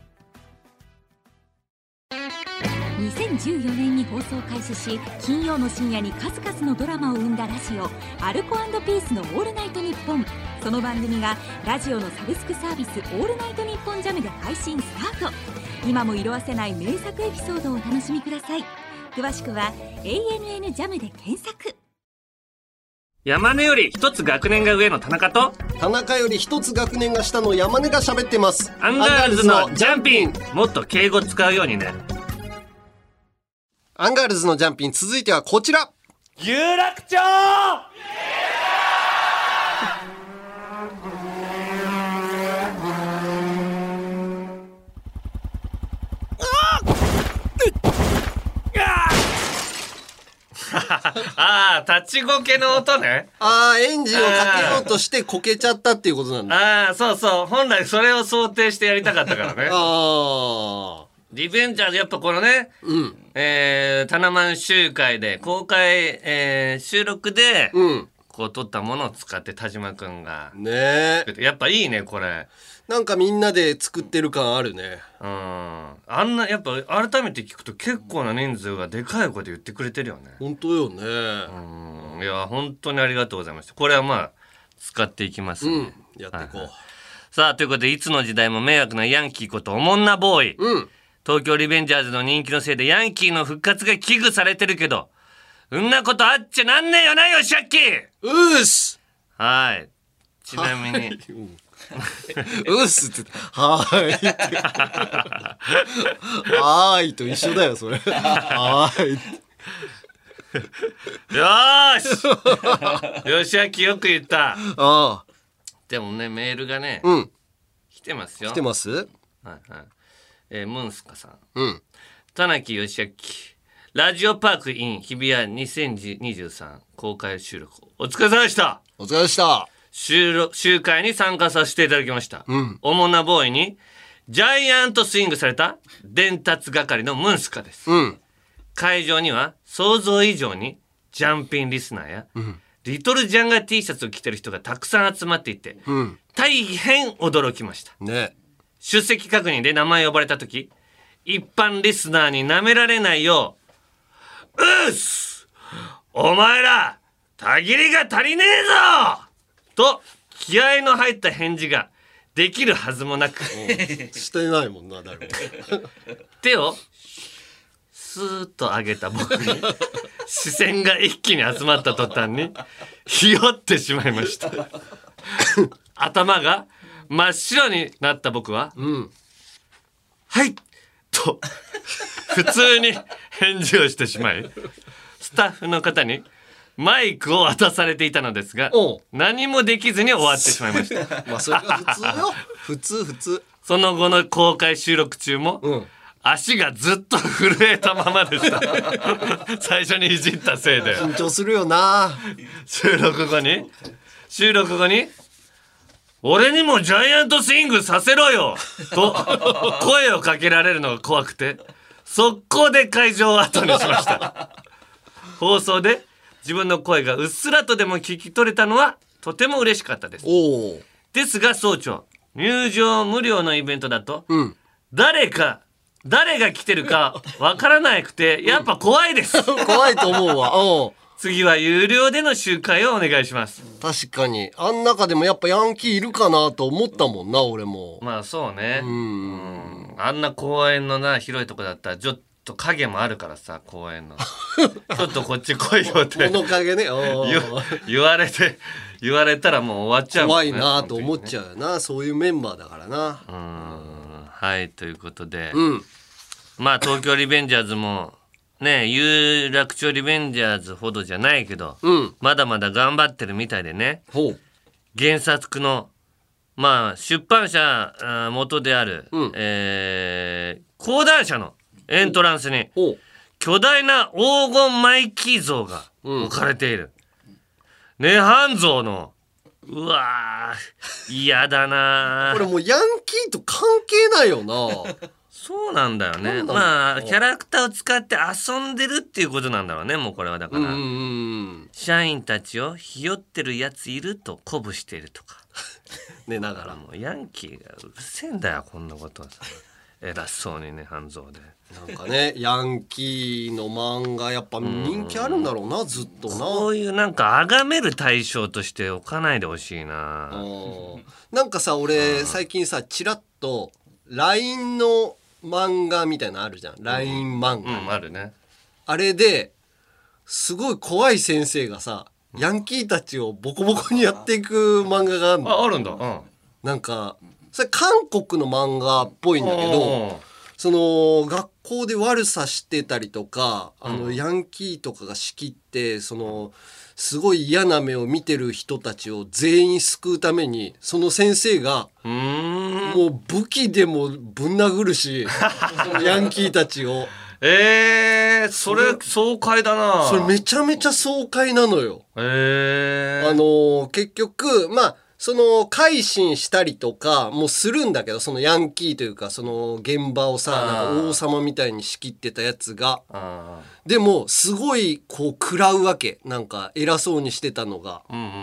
にせんじゅうよねんに放送開始し、金曜の深夜に数々のドラマを生んだラジオアルコ&ピースのオールナイトニッポン。その番組がラジオのサブスクサービスオールナイトニッポンジャムで配信スタート。今も色褪せない名作エピソードをお楽しみください。詳しくは エーエヌエヌ ジャムで検索。 山根より一つ学年が上の田中と田中より一つ学年が下の山根が喋ってます。 アンガールズのジャンピン。もっと敬語使うようにね。 アンガールズのジャンピン、続いてはこちら。 有楽町。ああ、立ちこけの音ね。 ああ、エンジンをかけようとしてこけちゃったっていうことなんだ。 ああ、そうそう。本来それを想定してやりたかったからね。 ああ。 リベンジャーズやっぱこのね、 うん、 えー、タナマン集会で公開、えー、収録で、うん、こう撮ったものを使って田島くんがねえ、 やっぱいいねこれ。 なんかみんなで作ってる感あるね。 うん、あんなやっぱ改めて聞くと結構な人数がでかい声で言ってくれてるよね。 本当よね。 うん、いや本当にありがとうございました。これはまあ使っていきますね、うん、 やっていこう、はいはい。 さあということで、いつの時代も迷惑なヤンキーことおもんなボーイ、 うん、 東京リベンジャーズの人気のせいでヤンキーの復活が危惧されてるけど、んなことあっちゃなんねえよなよしゃっきうーす。 はい、ちなみに、はい、 うーすってはーいはーいと一緒だよそれ。はーいよーしよしあきよく言った。 ああ、 でもねメールがね、 うん、 来てますよ。 来てます。はいはい、えー、ムンスカさん、 うん、 田中義明ラジオパーク in 日比谷にせんにじゅうさん公開収録お疲れ様でした。 お疲れでした。 集集会に参加させていただきました、 うん、 おもなボーイにジャイアントスイングされた伝達係のムンスカです、 うん、 会場には想像以上にジャンピンリスナーや、うん、リトルジャンガ T シャツを着てる人がたくさん集まっていて、 うん、 大変驚きました、 ね、 出席確認で名前呼ばれた時、一般リスナーに舐められないよう、うっすお前らたぎりが足りねえぞと気合の入った返事ができるはずもなくしてないもんな誰も手をスーッと上げた僕に視線が一気に集まった途端にひよってしまいました頭が真っ白になった僕は、 うん、 はいと普通に返事をしてしまい、スタッフの方にマイクを渡されていたのですが、何もできずに終わってしまいましたまあそれが普通よ普通普通。 その後の公開収録中も、うん、足がずっと震えたままでした最初にいじったせいで緊張するよな。 収録後に収録後に俺にもジャイアントスイングさせろよと声をかけられるのが怖くて速攻で会場を後にしました放送で自分の声がうっすらとでも聞き取れたのはとても嬉しかったです。 おですが総長、入場無料のイベントだと、 うん、 誰か誰が来てるかわからなくてやっぱ怖いです、 うん、怖いと思うわ。おう次は有料での集会をお願いします。 確かにあん中でもやっぱヤンキーいるかなと思ったもんな俺も。 まあそうね、 うんうんあんな公園のな広いとこだったらちょっと影もあるからさ、公園のちょっとこっち来いよって物陰ね言, 言われて言われたらもう終わっちゃうもんね。 怖いなと思っちゃうよな、ね、そういうメンバーだからな。 うんはいということで、 うん、 まあ東京リベンジャーズもね、有楽町リベンジャーズほどじゃないけど、 うん、 まだまだ頑張ってるみたいでね。 ほう原作のまあ出版社元である、 うんえー、講談社のエントランスにほう巨大な黄金マイキー像が置かれている、うん、涅槃像のうわ嫌だな。 これもうヤンキーと関係ないよな。 そうなんだよね。まあキャラクターを使って遊んでるっていうことなんだろうね。もうこれはだから、うんうん、社員たちをひよってるやついると鼓舞しているとか寝ながら。 もうヤンキーがうるせえんだよこんなことはさ。偉そうにね半蔵で。 なんかねヤンキーの漫画やっぱ人気あるんだろうな、ずっとな。 こういうなんか崇める対象として置かないでほしいな。 なんかさ俺最近さチラッと ライン の漫画みたいなのあるじゃん。 ライン 漫画、 うん、あるね。 あれですごい怖い先生がさヤンキーたちをボコボコにやっていく漫画があるの。 あ、あるんだ、うん、 なんかそれ韓国の漫画っぽいんだけど、その学校で悪さしてたりとか、あのヤンキーとかが仕切ってそのすごい嫌な目を見てる人たちを全員救うためにその先生がうーんもう武器でもぶん殴るしそのヤンキーたちをえー、それ爽快だな。 それめちゃめちゃ爽快なのよ。 えー、 あの結局まあその改心したりとかもするんだけど、そのヤンキーというかその現場をさなんか王様みたいに仕切ってたやつが、でもすごいこう食らうわけ。なんか偉そうにしてたのが、うんうんうんうん、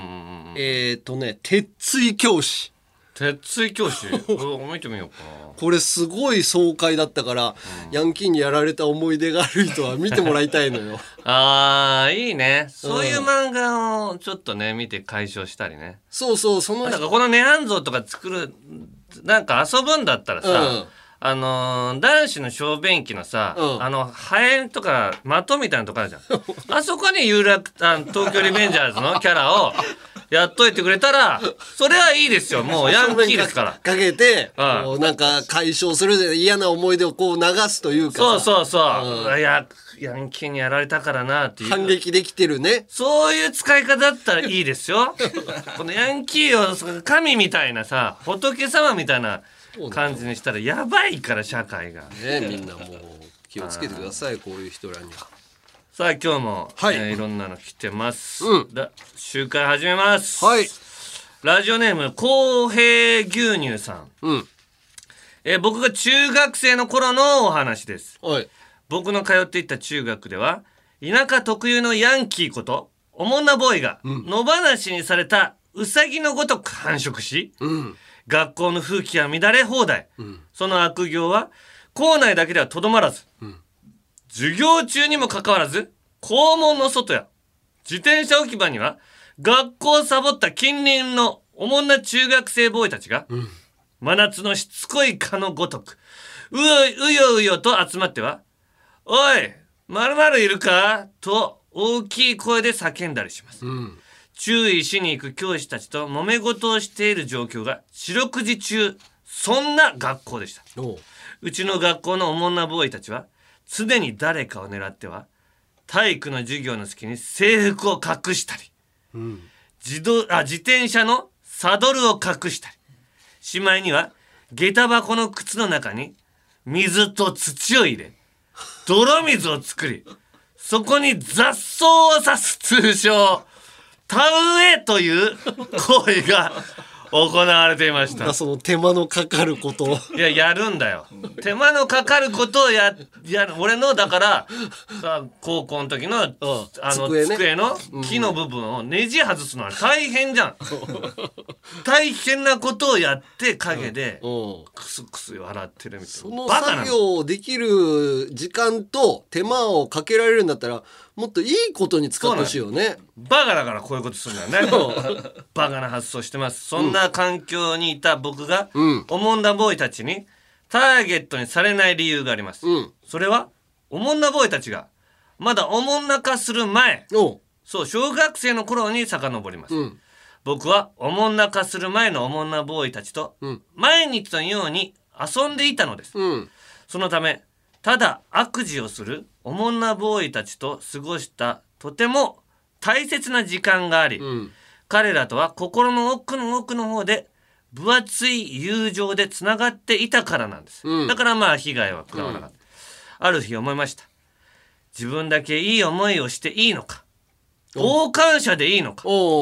えっとね鉄槌教師。 鉄槌教師見てみようかな。 これすごい爽快だったから、うん、ヤンキーにやられた思い出がある人は見てもらいたいのよ。 あーいいね。そういう漫画をちょっとね見て解消したりね。 そうそうそのなんかこの涅槃像とか作るなんか遊ぶんだったらさ、うん、あのー、男子の小便器のさ、うん、あのハエとか的みたいなとこあるじゃん。あそこに有楽あ東京リベンジャーズのキャラをやっといてくれたらそれはいいですよ。もうヤンキーですからかけて、うん、なんか解消するで嫌な思い出をこう流すというか、 そうそうそう、うん、いやヤンキーにやられたからなっていう反撃できてるね。 そういう使い方だったらいいですよ。このヤンキーを神みたいなさ仏様みたいな感じにしたらやばいから社会がね。みんなもう気をつけてくださいこういう人らには。 さあ今日も、はい、えー、いろんなの来てます、 うん、 だ集会始めます、 はい、 ラジオネーム公平牛乳さん、 うん、 えー、僕が中学生の頃のお話です、 はい、 僕の通っていた中学では田舎特有のヤンキーことおもんなボーイが野放しにされたウサギのごとく繁殖し、 うん、 学校の風紀は乱れ放題、 うん、 その悪行は校内だけではとどまらず、 うん、 授業中にもかかわらず校門の外や自転車置き場には学校をサボった近隣のおもんな中学生ボーイたちが、 うん、 真夏のしつこい蚊のごとくうようようよと集まってはおい〇〇いるかと大きい声で叫んだりします、 うん、 注意しに行く教師たちと揉め事をしている状況が四六時中そんな学校でした。うちの学校のおもんなボーイたちは常に誰かを狙っては体育の授業の隙に制服を隠したり、 うん、 自動あ自転車のサドルを隠したり、しまいには下駄箱の靴の中に水と土を入れ泥水を作りそこに雑草を刺す通称田植えという行為が行われていました。 その手間のかかることをいややるんだよ。手間のかかることをややる。俺のだからさ高校の時の、うん、あの机、ね、机の木の部分をネジ外すのは大変じゃん。大変なことをやって陰でクスクス笑ってるみたいな。 その作業をできる時間と手間をかけられるんだったらもっといいことに使ってほしいよね。 バカだからこういうことするんだよね。バカな発想してます。そんな環境にいた僕が、 うん、 おもんなボーイたちにターゲットにされない理由があります、 うん、 それはおもんなボーイたちがまだおもんな化する前、そう小学生の頃に遡ります、 うん、 僕はおもんな化する前のおもんなボーイたちと毎日のように遊んでいたのです、 うん、 そのためただ悪事をするおもんなボーイたちと過ごしたとても大切な時間があり、 うん、 彼らとは心の奥の奥の方で分厚い友情でつながっていたからなんです、 うん、 だからまあ被害は食らわなかった、うん、ある日思いました。自分だけいい思いをしていいのか、傍観者でいいのか、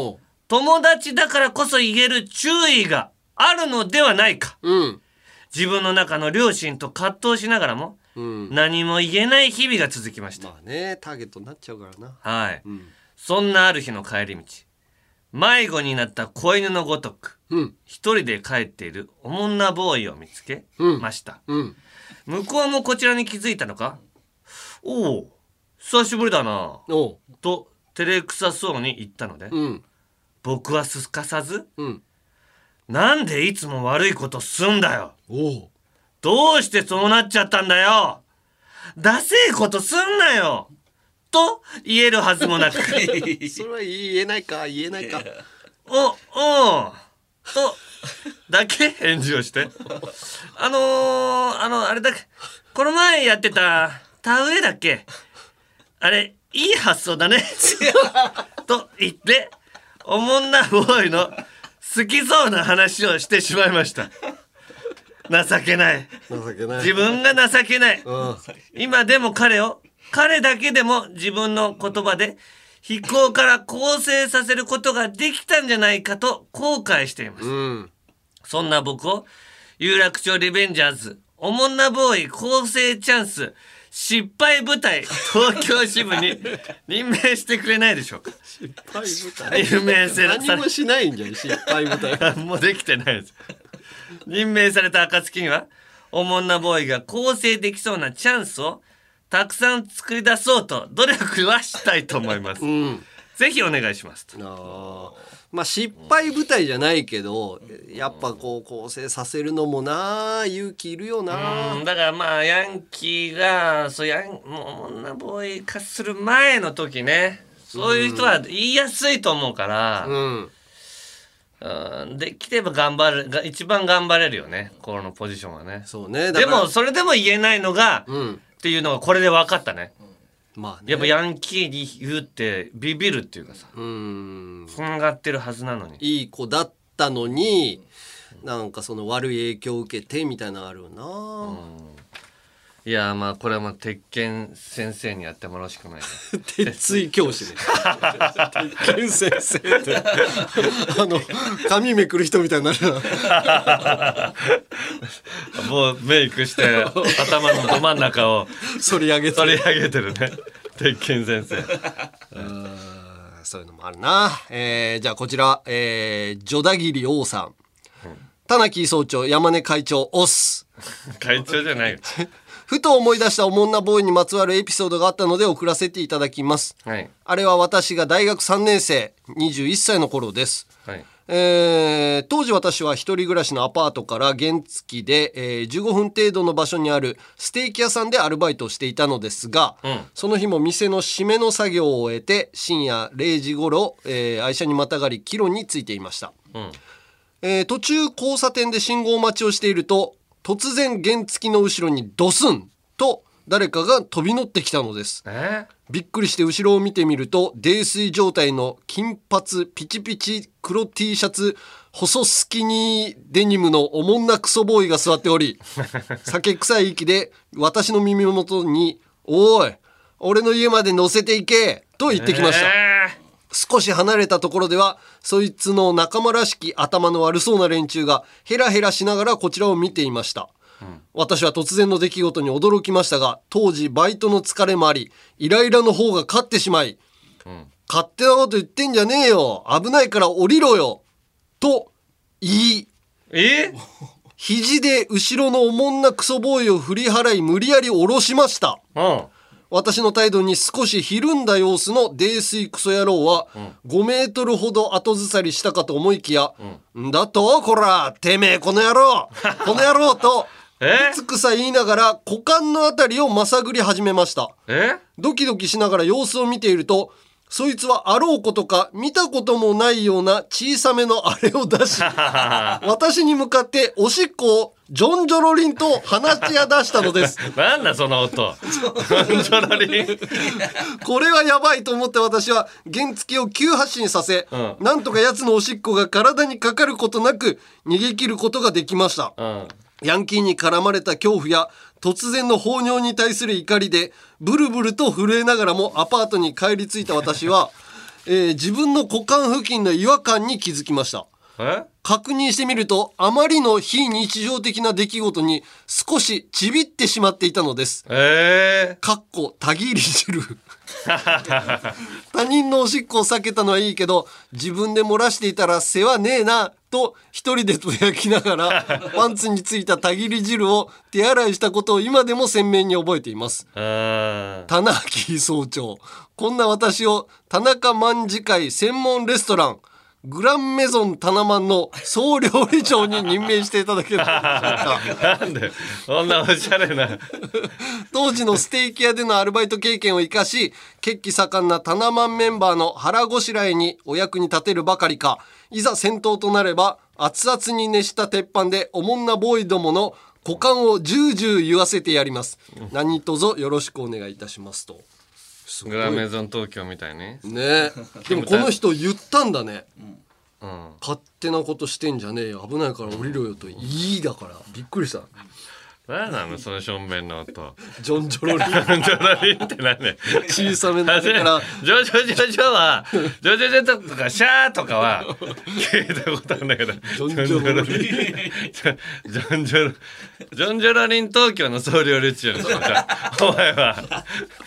友達だからこそ言える注意があるのではないか、 うん、 自分の中の両親と葛藤しながらも、うん、何も言えない日々が続きました。 まあね、ターゲットになっちゃうからな。 はい、うん、そんなある日の帰り道、迷子になった子犬のごとく、うん、一人で帰っているおもんなボーイを見つけました、うんうん、向こうもこちらに気づいたのか、おお久しぶりだなと照れくさそうに言ったので、うん、僕はすかさず、うん、なんでいつも悪いことすんだよ、おどうしてそうなっちゃったんだよ、ダセえことすんなよと言えるはずもなくそれは言えないか言えないかおおとだけ返事をしてあのー、あのあれだけこの前やってた田植えだっけ、あれいい発想だねと言っておもんなボーイの好きそうな話をしてしまいました。情けない情けない自分が情けない、うん、今でも彼を彼だけでも自分の言葉で非行から更生させることができたんじゃないかと後悔しています、うん、そんな僕を有楽町リベンジャーズおもんなボーイ更生チャンス失敗部隊東京支部に任命してくれないでしょうか。 失敗部隊任命され何もしないんじゃん失敗部隊もうできてないです。任命された暁にはおもんなボーイが更生できそうなチャンスをたくさん作り出そうと努力はしたいと思います、うん、ぜひお願いしますと。 あまあ失敗舞台じゃないけどやっぱこう構成させるのもな勇気いるよな。 うんだからまあヤンキーがそうヤンもう女ボーイ化する前の時ねそういう人は言いやすいと思うから、うんうん、できれば頑張るが一番頑張れるよねこのポジションはね。 そうねでもそれでも言えないのが、うん、っていうのがこれで分かったね。まあね、やっぱヤンキーに言うってビビるっていうかさうんとんがってるはずなのにいい子だったのになんかその悪い影響を受けてみたいなのあるよな。うんいやまあこれはまあ鉄拳先生にやってもらうしかない鉄追教師で鉄拳先生ってあの髪めくる人みたいになるなもうメイクして頭のど真ん中を反り上げて反り上げてるね鉄拳先生うんそういうのもあるな、えー、じゃあこちら、えー、ジョダギリ王さん、うん、田中総長山根会長オス会長じゃないよふと思い出したおもんなボーイにまつわるエピソードがあったので送らせていただきます、はい、あれは私が大学さんねん生にじゅういっさいの頃です、はいえー、当時私は一人暮らしのアパートから原付で、えー、じゅうごふん程度の場所にあるステーキ屋さんでアルバイトをしていたのですが、うん、その日も店の締めの作業を終えて深夜れいじ頃、えー、愛車にまたがり帰路についていました、うんえー、途中交差点で信号待ちをしていると突然原付の後ろにドスンと誰かが飛び乗ってきたのです、えー、びっくりして後ろを見てみると泥酔状態の金髪ピチピチ黒 T シャツ細スキニーデニムのおもんなクソボーイが座っており酒臭い息で私の耳元におい俺の家まで乗せていけと言ってきました、えー、少し離れたところではそいつの仲間らしき頭の悪そうな連中がヘラヘラしながらこちらを見ていました、うん、私は突然の出来事に驚きましたが当時バイトの疲れもありイライラの方が勝ってしまい、うん、勝手なこと言ってんじゃねえよ危ないから降りろよと言いえ肘で後ろのおもんなクソボーイを振り払い無理やり下ろしました、うん私の態度に少しひるんだ様子の泥酔クソ野郎はごメートルほど後ずさりしたかと思いきや、うん、んだとこらてめえこの野郎この野郎といつくさ言いながら股間のあたりをまさぐり始めました。 えドキドキしながら様子を見ているとそいつはあろうことか見たこともないような小さめのあれを出し私に向かっておしっこをジョンジョロリンと放ちや出したのですなんだその音ジョンジョロリンこれはやばいと思って私は原付を急発進させ、うん、なんとか奴のおしっこが体にかかることなく逃げ切ることができました、うんヤンキーに絡まれた恐怖や突然の放尿に対する怒りでブルブルと震えながらもアパートに帰り着いた私はえー、自分の股間付近の違和感に気づきました。 え確認してみると、あまりの非日常的な出来事に少しちびってしまっていたのです。 えー、 かっこたぎり汁他人のおしっこを避けたのはいいけど、自分で漏らしていたら世話ねえなと一人でとやきながらパンツについたたぎり汁を手洗いしたことを今でも鮮明に覚えています。田中総長、こんな私を田中卍会専門レストラングランメゾンタナマンの総料理長に任命していただけるでしょうか。 なんでそんなおしゃれな当時のステーキ屋でのアルバイト経験を生かし、血気盛んなタナマンメンバーの腹ごしらえにお役に立てるばかりか、いざ戦闘となれば熱々に熱した鉄板でおもんなボーイどもの股間をジュージュー言わせてやります。何卒よろしくお願いいたしますと。 グラメゾン東京みたいにね。でもこの人言ったんだね、 うん、 勝手なことしてんじゃねえよ、危ないから降りろよと。いいだからびっくりした。 何なのそのしょんべんの音。 ジョンジョロリンジョンジョロリンって何ね。 小さめなからジョジョジョジョはジョジョジョとかシャーとかは聞いたことあるんだけど、ジョンジョロリンジョンジョロジョンジョロリン東京の総料理長の人だ。お前は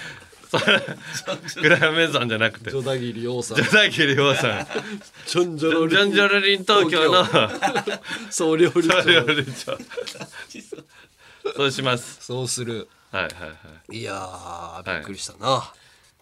グラメゾンじゃなくてジョダギリヨウさんジョダギリヨウさんジョンジョロリンジョンジョロリン東京の総料理長総料理長そうします。 そうする。 はいはいはい。 いやーびっくりしたな、はい、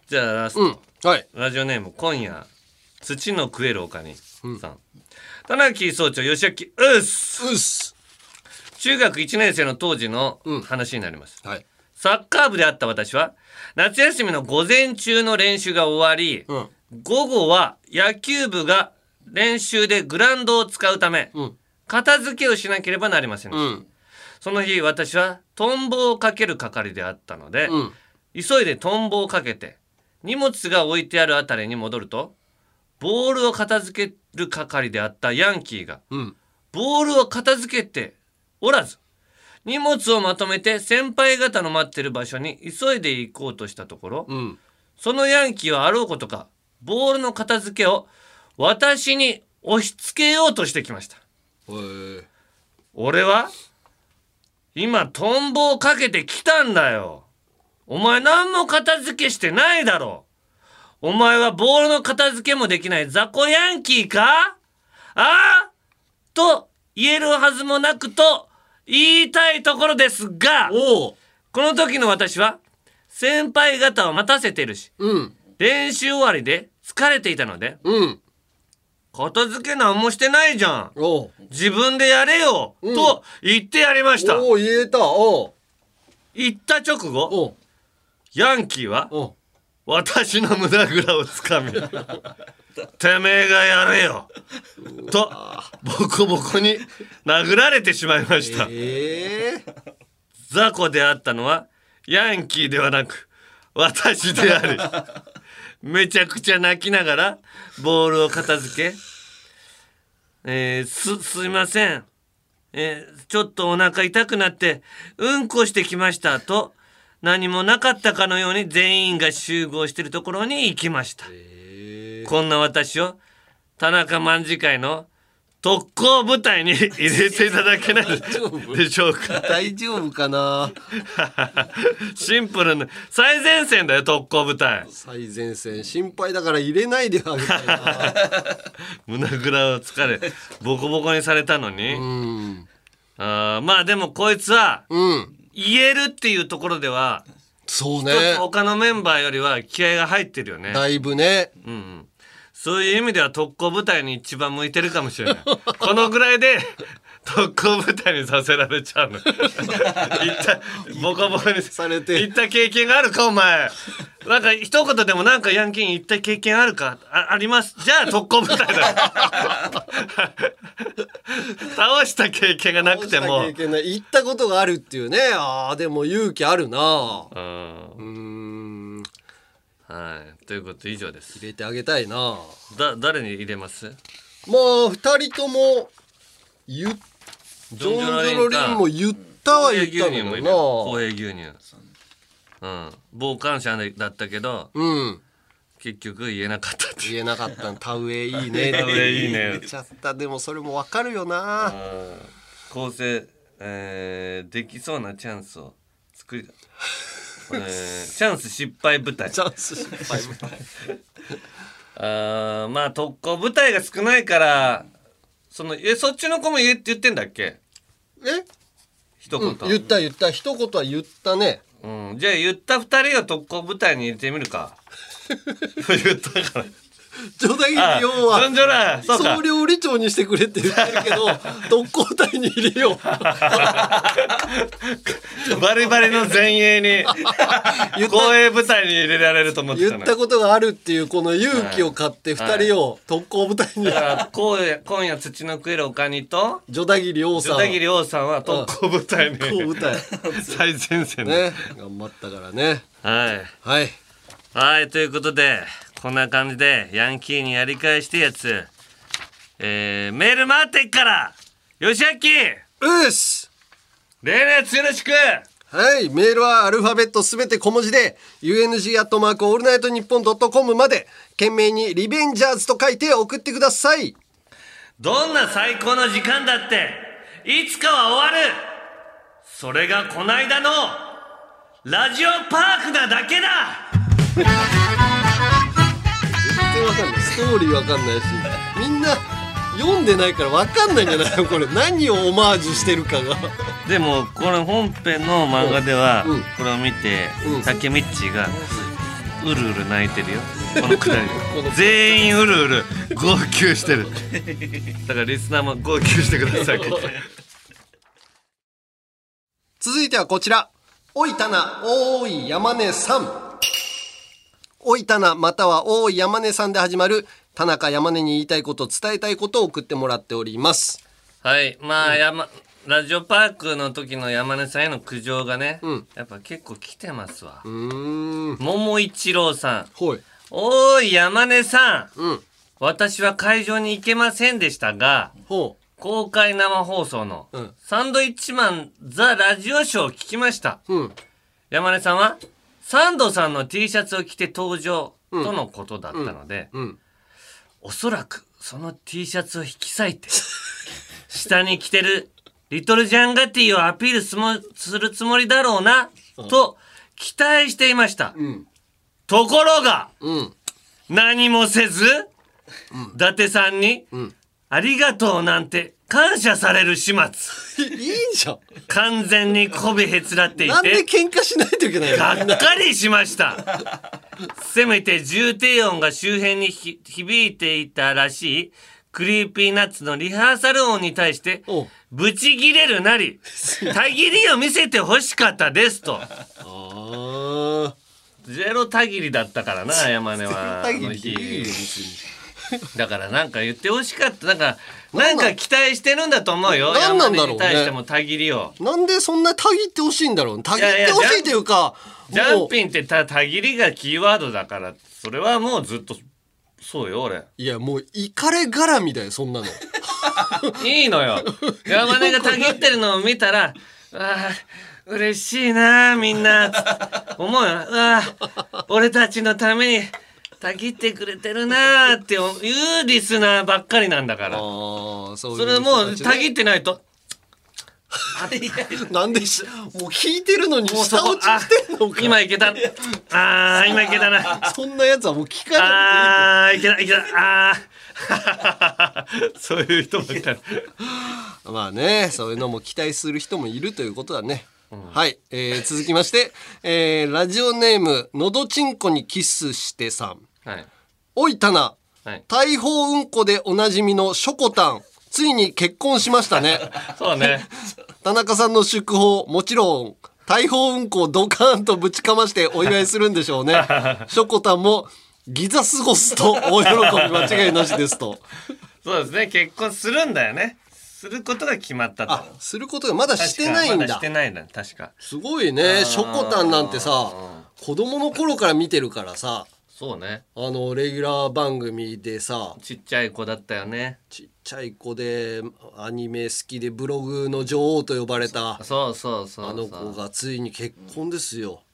じゃあラスト、 うんはい、 ラジオネーム今夜土の食える丘にさん、うん、田中総長吉明うっすうっす。 中学いちねん生の当時の話になります、 うんはい、 サッカー部であった私は夏休みの午前中の練習が終わり、うん、午後は野球部が練習でグラウンドを使うため、うん、片付けをしなければなりませんでした、うん、その日私はトンボをかける係であったので、うん、急いでトンボをかけて荷物が置いてあるあたりに戻ると、ボールを片付ける係であったヤンキーが、うん、ボールを片付けておらず、荷物をまとめて先輩方の待ってる場所に急いで行こうとしたところ、うん、そのヤンキーはあろうことかボールの片付けを私に押し付けようとしてきました。俺は今トンボをかけてきたんだよ。お前何も片付けしてないだろう。お前はボールの片付けもできない雑魚ヤンキーか？ああと言えるはずもなくと言いたいところですが、この時の私は先輩方を待たせてるし、うん、練習終わりで疲れていたので、うん、片付けなんもしてないじゃん、自分でやれよ、うん、と言ってやりました。 お言えた。お言った直後ヤンキーは私の胸ぐらをつかみてめえがやれよとボコボコに殴られてしまいました、えー、雑魚であったのはヤンキーではなく私でありめちゃくちゃ泣きながらボールを片付け、えー、す, すいません、えー、ちょっとお腹痛くなってうんこしてきましたと何もなかったかのように全員が集合しているところに行きました、えー、こんな私を田中卍会の特攻部隊に入れていただけないでしょうか。 大丈夫かなシンプルな最前線だよ特攻部隊。 最前線心配だから入れないであげたいな胸ぐらをつかれボコボコにされたのに、うん、あまあでもこいつは、うん言えるっていうところではそうね他のメンバーよりは気合が入ってるよね。 だいぶね、 うんうん、そういう意味では特攻部隊に一番向いてるかもしれないこのぐらいで特攻部隊にさせられちゃうのいったボコボコにされて行った経験があるかお前。なんか一言でもなんかヤンキーに行った経験あるか あ, ありますじゃあ特攻部隊だ倒した経験がなくても倒した経験ない行ったことがあるっていうね。あでも勇気あるなあ。うんはいということで以上です。 入れてあげたいな。 だ誰に入れます？ まあふたりとも言っジョンジョロリンも言ったは言ったんだよな。 公平牛乳うん傍観者だったけど、うん、 結局言えなかったって言えなかった田植えいいね田植えいいね言っちゃった。でもそれもわかるよな。 構成、えー、できそうなチャンスを作り、えー、チャンス失敗舞台チャンス失敗舞台あまあ特攻舞台が少ないからそのえそっちの子も言えって言ってんだっけ。 え一言、 うん、言った言った一言は言ったね。 うん、じゃあ言った二人を特攻舞台に入れてみるか言ったからジョダギリオはジョラそうか総料理長にしてくれって言ってるけど特攻隊に入れようバリバリの前衛に公営部隊に入れられると思ってたの。 言ったことがあるっていうこの勇気を買ってふたりを特攻部隊に、 だから今夜今夜土の食えるおかにとジョダギリオさんジョダギリオさんは特攻部隊に特攻部隊最前線で、 ね、頑張ったからね。 はいはいはいということでこんな感じでヤンキーにやり返してやつ、えー、メール待ってっからよしあきうっす例のやつよろしく。 はい、メールはアルファベットすべて小文字で ユーエヌジー アットマークオールナイトニッポンドットコムまで懸命にリベンジャーズと書いて送ってください。 どんな最高の時間だっていつかは終わる。それがこないだのラジオパークなだけだ。 全然わかんないストーリーわかんないしみんな読んでないからわかんないんじゃないのこれ何をオマージュしてるかがでもこれ本編の漫画では、 うん、 これを見て、 うん、 タケミッチがうるうる泣いてるよこのくだり全員うるうる号泣してるだからリスナーも号泣してください続いてはこちらおいたなおーい山根さん。おいたなまたはおーい山根さんで始まる田中山根に言いたいこと伝えたいことを送ってもらっております。 はいまあ、うん、山ラジオパークの時の山根さんへの苦情がね、うん、やっぱ結構来てますわ。うーん桃一郎さんほいおーい山根さん、 うん、 私は会場に行けませんでしたがほう公開生放送のサンドイッチマンザラジオショーを聞きました、 うん、 山根さんはサンドさんの T シャツを着て登場とのことだったので、 うんうんうん、 おそらくその T シャツを引き裂いて下に着てるリトルジャンガティをアピールす, もするつもりだろうなと期待していました、 うん、 ところが、 うん、 何もせず、うん、伊達さんに、うんありがとうなんて感謝される始末いいじゃん完全に媚びへつらっていてなんで喧嘩しないといけないのがっかりしましたせめて重低音が周辺にひ響いていたらしいクリーピーナッツのリハーサル音に対してブチギレるなりたぎりを見せてほしかったですとあゼロたぎりだったからな山根はゼロたぎりいいだからなんか言ってほしかったなんかなんか期待してるんだと思うよ何なんだろうね山根に対してもたぎりをなんでそんなたぎってほしいんだろうたぎってほしいというかジャンピンって た, たぎりがキーワードだからそれはもうずっとそうよ俺いやもうイカレ絡みだよそんなのいいのよ山根がたぎってるのを見たらあ嬉しいなみんな思うよあ俺たちのためにたぎってくれてるなーっていうリスナーばっかりなんだからあそういう、 ね、それもうたぎってないとなんでしもう聞いてるのに下落ちしてんのか今いけたあー今いけたなそんなやつはもう聞かないでいいあーいけたいけたあーそういう人もいたまあねそういうのも期待する人もいるということだね、うん、はい、えー、続きまして、えー、ラジオネームのどちんこにキスしてさん、 はい、 おいたな、 はい、 大砲うんこでおなじみのショコタンついに結婚しましたねそうね田中さんの祝砲もちろん大砲うんこをドカーンとぶちかましてお祝いするんでしょうねショコタンもギザスゴスと大喜び間違いなしですとそうですね結婚するんだよねすることが決まったとあすることがまだしてないんだまだしてないんだ確かすごいねショコタンなんてさ子供の頃から見てるからさそうねあのレギュラー番組でさちっちゃい子だったよねちっちゃい子でアニメ好きでブログの女王と呼ばれたそうそうそうそうあの子がついに結婚ですよ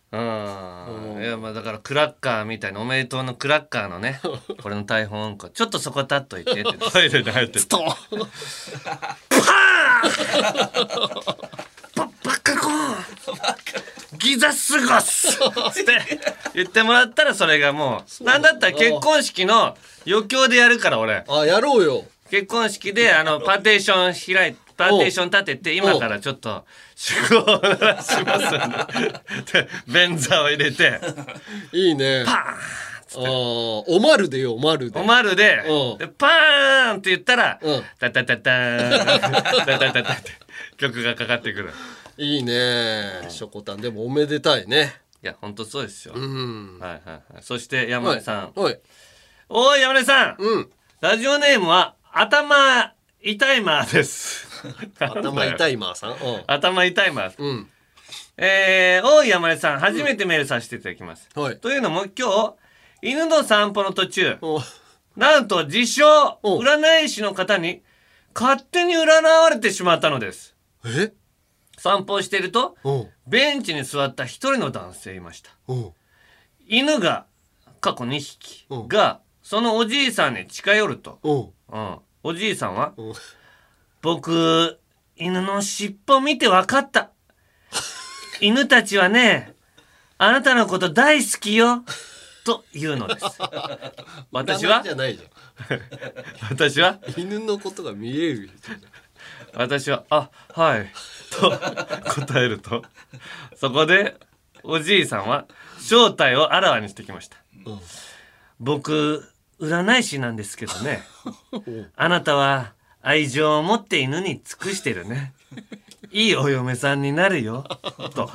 うん、いやまあだからクラッカーみたいなおめでとうのクラッカーのねこれの台本ちょっとそこ立っといてってトイレに入ってストンパーンババカコーンギザスゴスって言ってもらったらそれがもうなんだったら結婚式の余興でやるから俺あやろうよ結婚式であのパーテーション開いてパーテーション立てて今からちょっと祝語を鳴らしますんで便座を入れていいねパーンっつっておまるでよおまるでおまるででパーンって言ったらタタタターンタタタタって曲がかかってくるいいねしょこたんでもおめでたいねいやほんとそうですよ、 うんはいはいはい、そして山根さん、 はいはい、 おい山根さん、 うん、 ラジオネームは頭痛いマーです頭痛いマーさん、うん、 頭痛いマー、 うん、 えー、おい山根さん初めてメールさせていただきます、 うんはい、 というのも今日犬の散歩の途中なんと自称占い師の方に勝手に占われてしまったのです。 え散歩をしているとベンチに座った一人の男性いました。犬が過去にひきがそのおじいさんに近寄ると、うん、おじいさんは僕犬の尻尾見て分かった犬たちはねあなたのこと大好きよと言うのです。私はじゃないじゃん私は犬のことが見える私はあはいと答えるとそこでおじいさんは正体をあらわにしてきました、うん、僕占い師なんですけどねあなたは愛情を持って犬に尽くしてるねいいお嫁さんになるよと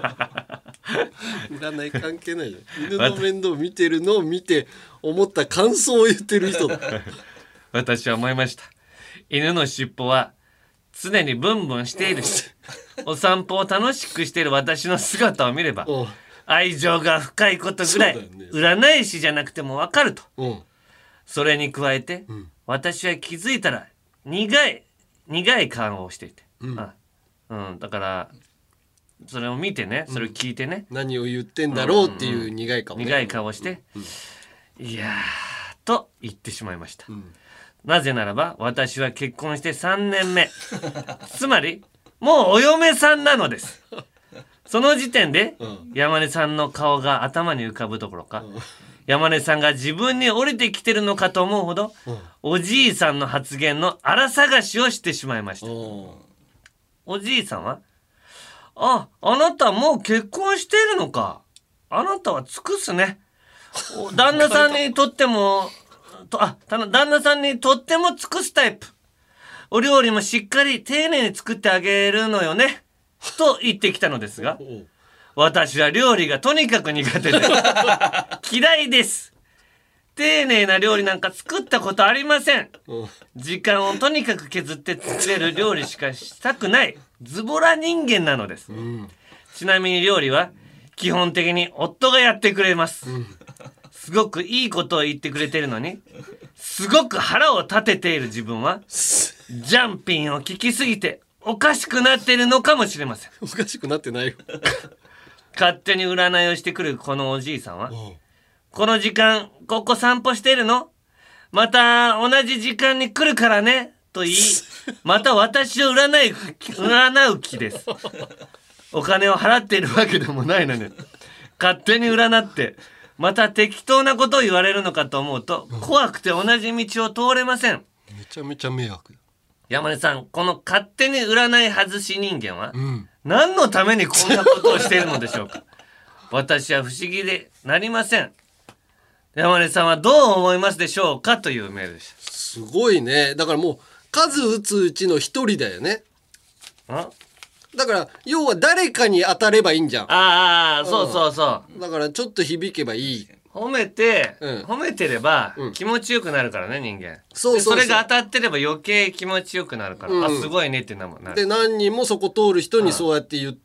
占い関係ないじゃん犬の面倒見てるのを見て思った感想を言ってる人だ私は思いました。犬の尻尾は常にブンブンしているしお散歩を楽しくしている私の姿を見れば愛情が深いことぐらい、ね、占い師じゃなくてもわかると、うん、それに加えて、うん、私は気づいたら苦い苦い顔をしていて、うんあうん、だからそれを見てねそれを聞いてね、 うん、何を言ってんだろうっていう苦い顔、ね、 苦い顔をして、うんうん、いやーと言ってしまいました、うん、なぜならば私は結婚してさんねんめつまりもうお嫁さんなのです。その時点で、うん、山根さんの顔が頭に浮かぶどころか、うん、山根さんが自分に降りてきてるのかと思うほど、うん、おじいさんの発言の荒探しをしてしまいました。おじいさんはあ、あなたもう結婚しているのか。あなたは尽くすね。旦那さんにとってもとあ旦那さんにとっても尽くすタイプ。お料理もしっかり丁寧に作ってあげるのよねと言ってきたのですが、私は料理がとにかく苦手で嫌いです。丁寧な料理なんか作ったことありません。時間をとにかく削って作れる料理しかしたくないズボラ人間なのです、うん、ちなみに料理は基本的に夫がやってくれます、うん、すごくいいことを言ってくれてるのにすごく腹を立てている自分はジャンピンを聞きすぎておかしくなっているのかもしれません。 おかしくなってないよ勝手に占いをしてくるこのおじいさんはこの時間ここ散歩しているの？また同じ時間に来るからねと言いまた私を占い占う気です。お金を払っているわけでもないのに勝手に占ってまた適当なことを言われるのかと思うと怖くて同じ道を通れません。 めちゃめちゃ迷惑。 山根さんこの勝手に占い外し人間は、うん、何のためにこんなことをしているのでしょうか。私は不思議でなりません。山根さんはどう思いますでしょうかというメールでした。 すごいね。だからもう数打つうちの一人だよね。 あだから要は誰かに当たればいいんじゃん。 ああそうそうそう、 うん、だからちょっと響けばいい。 褒めて、うん、褒めてれば気持ちよくなるからね、人間。そうそうそう。それが当たってれば余計気持ちよくなるから、うん、あすごいねってなる。 で何人もそこ通る人にそうやって言って、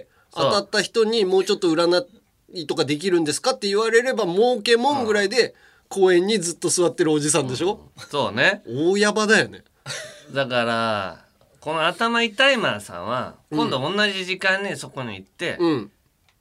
うん、当たった人にもうちょっと占いとかできるんですかって言われれば儲けもんぐらいで公園にずっと座ってるおじさんでしょ、 うん、そうね。 大ヤバだよね。 だからこの頭痛いマンさんは今度同じ時間にそこに行って、うん、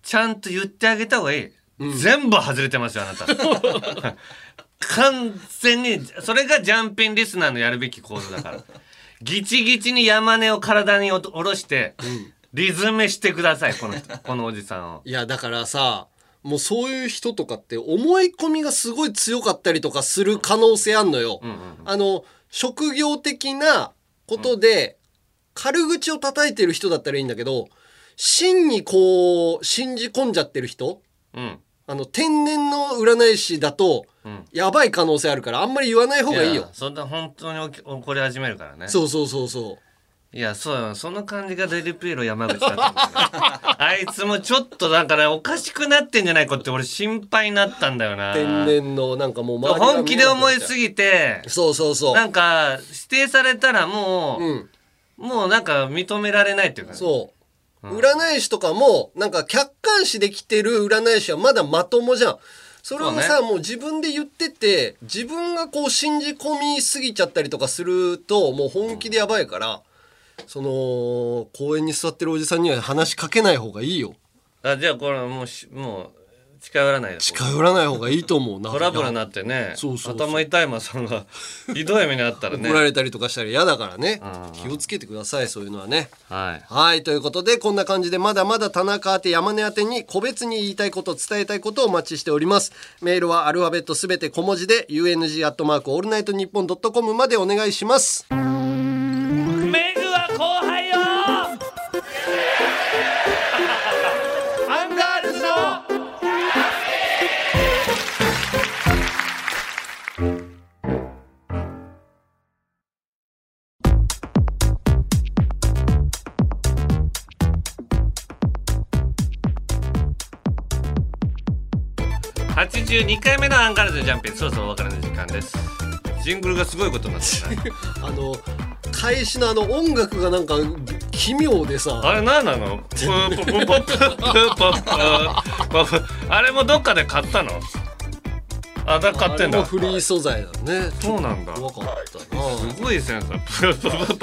ちゃんと言ってあげた方がいい、うん、全部外れてますよあなた完全にそれがジャンピンリスナーのやるべき構図だからギチギチに山根を体に下ろして、うん、リズムしてくださいこの人このおじさんを。 いやだからさもうそういう人とかって思い込みがすごい強かったりとかする可能性あんのよ、うんうんうん、あの職業的なことで軽口を叩いてる人だったらいいんだけど真にこう信じ込んじゃってる人、うん、あの天然の占い師だとやばい可能性あるからあんまり言わない方がいいよ。いやそんな本当に怒り始めるからね。 そうそうそうそういやそうよその感じがデリピエロ山口だと思うあいつもちょっとなんかねおかしくなってんじゃないかって俺心配になったんだよな。 天然のなんかもう周りが本気で思いすぎてそうそうそうなんか指定されたらもう、うん、もうなんか認められないっていうか、ね、 そう、うん、占い師とかもなんか客観視できてる占い師はまだまともじゃん。それをさ、ね、もう自分で言ってて自分がこう信じ込みすぎちゃったりとかするともう本気でやばいから、うんその公園に座ってるおじさんには話しかけない方がいいよ。 あじゃあこれもうしもう近寄らない近寄らない方がいいと思うな。 トラブルになってねそうそうそう頭痛いまさんがひどい目にあったらね怒られたりとかしたら嫌だからね気をつけてくださいそういうのはね。はい、はいということでこんな感じでまだまだ田中宛て山根宛てに個別に言いたいこと伝えたいことをお待ちしております。メールはアルファベットすべて小文字で ユーエヌジー アットマークオールナイトニッポンドットコムまでお願いします。 後輩よアンガールズのはちじゅうにかいめのアンガールズジャンピンそろそろお別れの時間です。ジングルがすごいことになってるねあの開始のあの音楽がなんか奇妙でさあれ何なのあれもどっかで買ったのあだ買ってんだ。 あれもフリー素材だね。 そうなんだ怖かったなすごいセンサー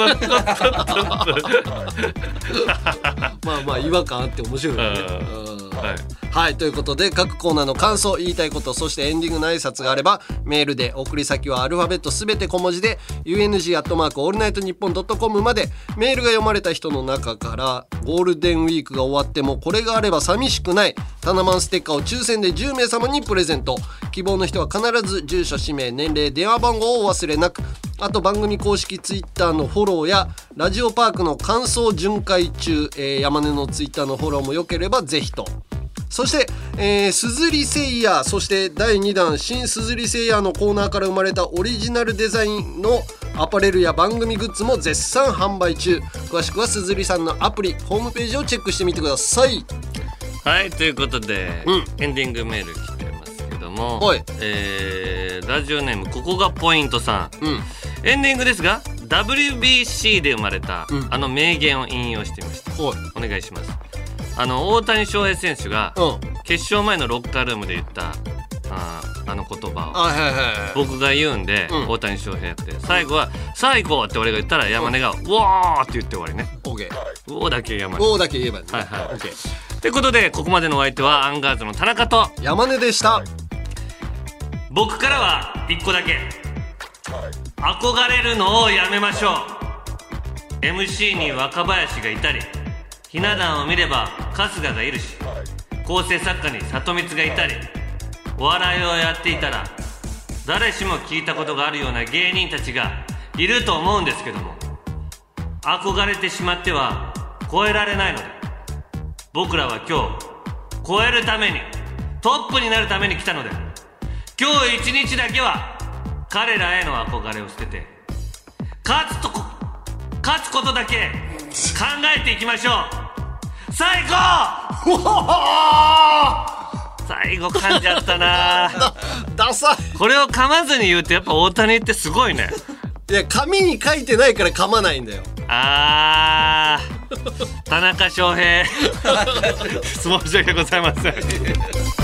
まあまあ違和感あって面白いよね。はい、はい、ということで各コーナーの感想言いたいことそしてエンディングの挨拶があればメールで送り先はアルファベットすべて小文字で ユーエヌジー アットマークオールナイトニッポンドットコムまでメールが読まれた人の中からゴールデンウィークが終わってもこれがあれば寂しくないタナマンステッカーを抽選でじゅうめい様にプレゼント。希望の人は必ず住所氏名年齢電話番号をお忘れなく。あと番組公式ツイッターのフォローやラジオパークの感想巡回中、えー、山根のツイッターのフォローもよければぜひと。そして、えー、すずりセイヤーそしてだいにだん新すずりセイヤーのコーナーから生まれたオリジナルデザインのアパレルや番組グッズも絶賛販売中。詳しくはすずりさんのアプリホームページをチェックしてみてください。 はいということで、うん、エンディングメール来てますけども、えー、ラジオネームここがポイントさん、うん、エンディングですが ダブリュービーシー で生まれた、うん、あの名言を引用してみました。お願いします。あの大谷翔平選手が決勝前のロッカールームで言ったあ, あの言葉をはいはいはい、 僕が言うんで、うん、大谷翔平って最後は最後って俺が言ったら山根がうわーって言って終わりね。 オーケー。 うおだけ山根。 うおだけ言えばね。 はいはい。オーケー。ということでここまでのお相手はアンガールズの田中と山根でした。 僕からは一個だけ憧れるのをやめましょう。 エムシー に若林がいたりひな壇を見れば春日がいるし構成作家に里光がいたりお笑いをやっていたら誰しも聞いたことがあるような芸人たちがいると思うんですけども憧れてしまっては超えられないので僕らは今日超えるためにトップになるために来たので今日一日だけは彼らへの憧れを捨てて勝つとこ勝つことだけ考えていきましょう。最高最後噛んじゃったなダサい。 これを噛まずに言うとやっぱ大谷ってすごいね。 いや紙に書いてないから噛まないんだよ。 あー田中翔平申し訳ございません